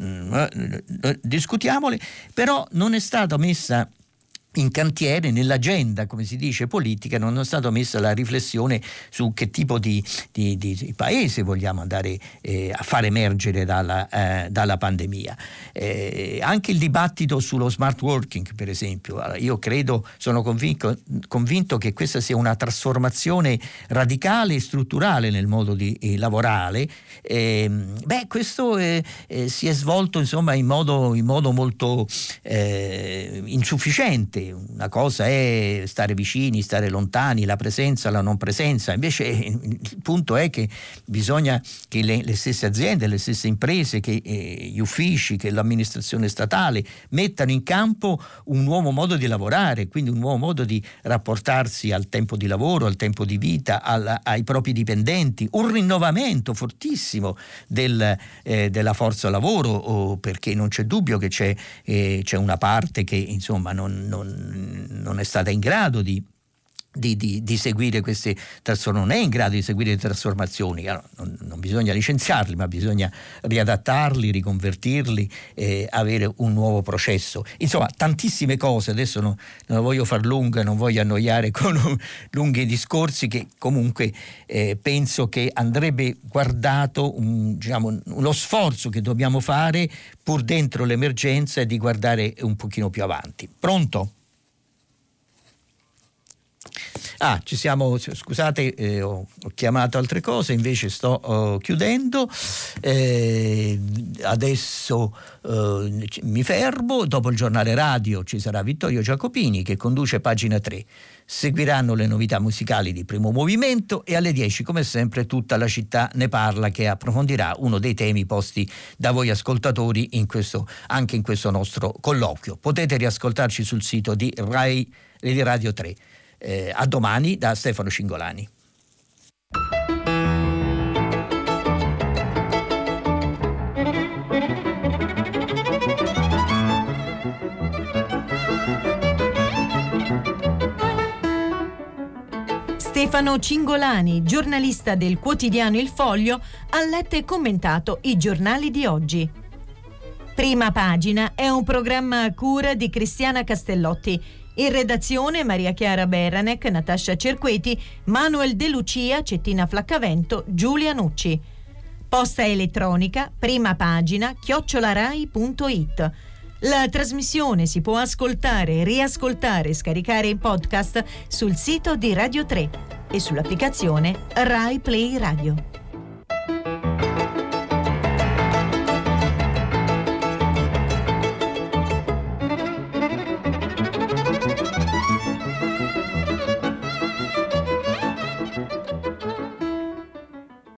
eh, discutiamole, però non è stata messa in cantiere, nell'agenda, come si dice, politica, non è stata messa la riflessione su che tipo di, di, di, di paese vogliamo andare eh, a far emergere dalla, eh, dalla pandemia. Eh, anche il dibattito sullo smart working, per esempio, allora, io credo, sono convinto, convinto che questa sia una trasformazione radicale e strutturale nel modo di eh, lavorare. Eh, beh, questo eh, eh, si è svolto insomma in modo, in modo molto eh, insufficiente. Una cosa è stare vicini, stare lontani, la presenza, la non presenza, invece il punto è che bisogna che le, le stesse aziende, le stesse imprese, che eh, gli uffici, che l'amministrazione statale mettano in campo un nuovo modo di lavorare, quindi un nuovo modo di rapportarsi al tempo di lavoro, al tempo di vita, al, ai propri dipendenti, un rinnovamento fortissimo del, eh, della forza lavoro, oh, perché non c'è dubbio che c'è, eh, c'è una parte che insomma non, non non è stata in grado di, di, di, di seguire queste trasformazioni, non è in grado di seguire le trasformazioni. Allora, non, non bisogna licenziarli, ma bisogna riadattarli, riconvertirli, eh, avere un nuovo processo. Insomma, tantissime cose. Adesso no, non voglio far lunga, non voglio annoiare con lunghi discorsi, che comunque eh, penso che andrebbe guardato un, diciamo, uno sforzo che dobbiamo fare pur dentro l'emergenza e di guardare un pochino più avanti. Pronto? Ah, ci siamo, scusate, eh, ho, ho chiamato altre cose, invece sto oh, chiudendo. Eh, adesso eh, mi fermo, dopo il giornale radio ci sarà Vittorio Giacopini che conduce Pagina tre. Seguiranno le novità musicali di Primo Movimento e alle dieci, come sempre, Tutta la città ne parla, che approfondirà uno dei temi posti da voi ascoltatori in questo, anche in questo nostro colloquio. Potete riascoltarci sul sito di Rai di Radio tre. Eh, a domani da Stefano Cingolani. Stefano Cingolani, giornalista del quotidiano Il Foglio, ha letto e commentato i giornali di oggi. Prima Pagina è un programma a cura di Cristiana Castellotti. In redazione Maria Chiara Beranec, Natascia Cerqueti, Manuel De Lucia, Cettina Flaccavento, Giulia Nucci. Posta elettronica prima pagina chiocciolarai punto it. La trasmissione si può ascoltare, riascoltare e scaricare in podcast sul sito di Radio tre e sull'applicazione Rai Play Radio.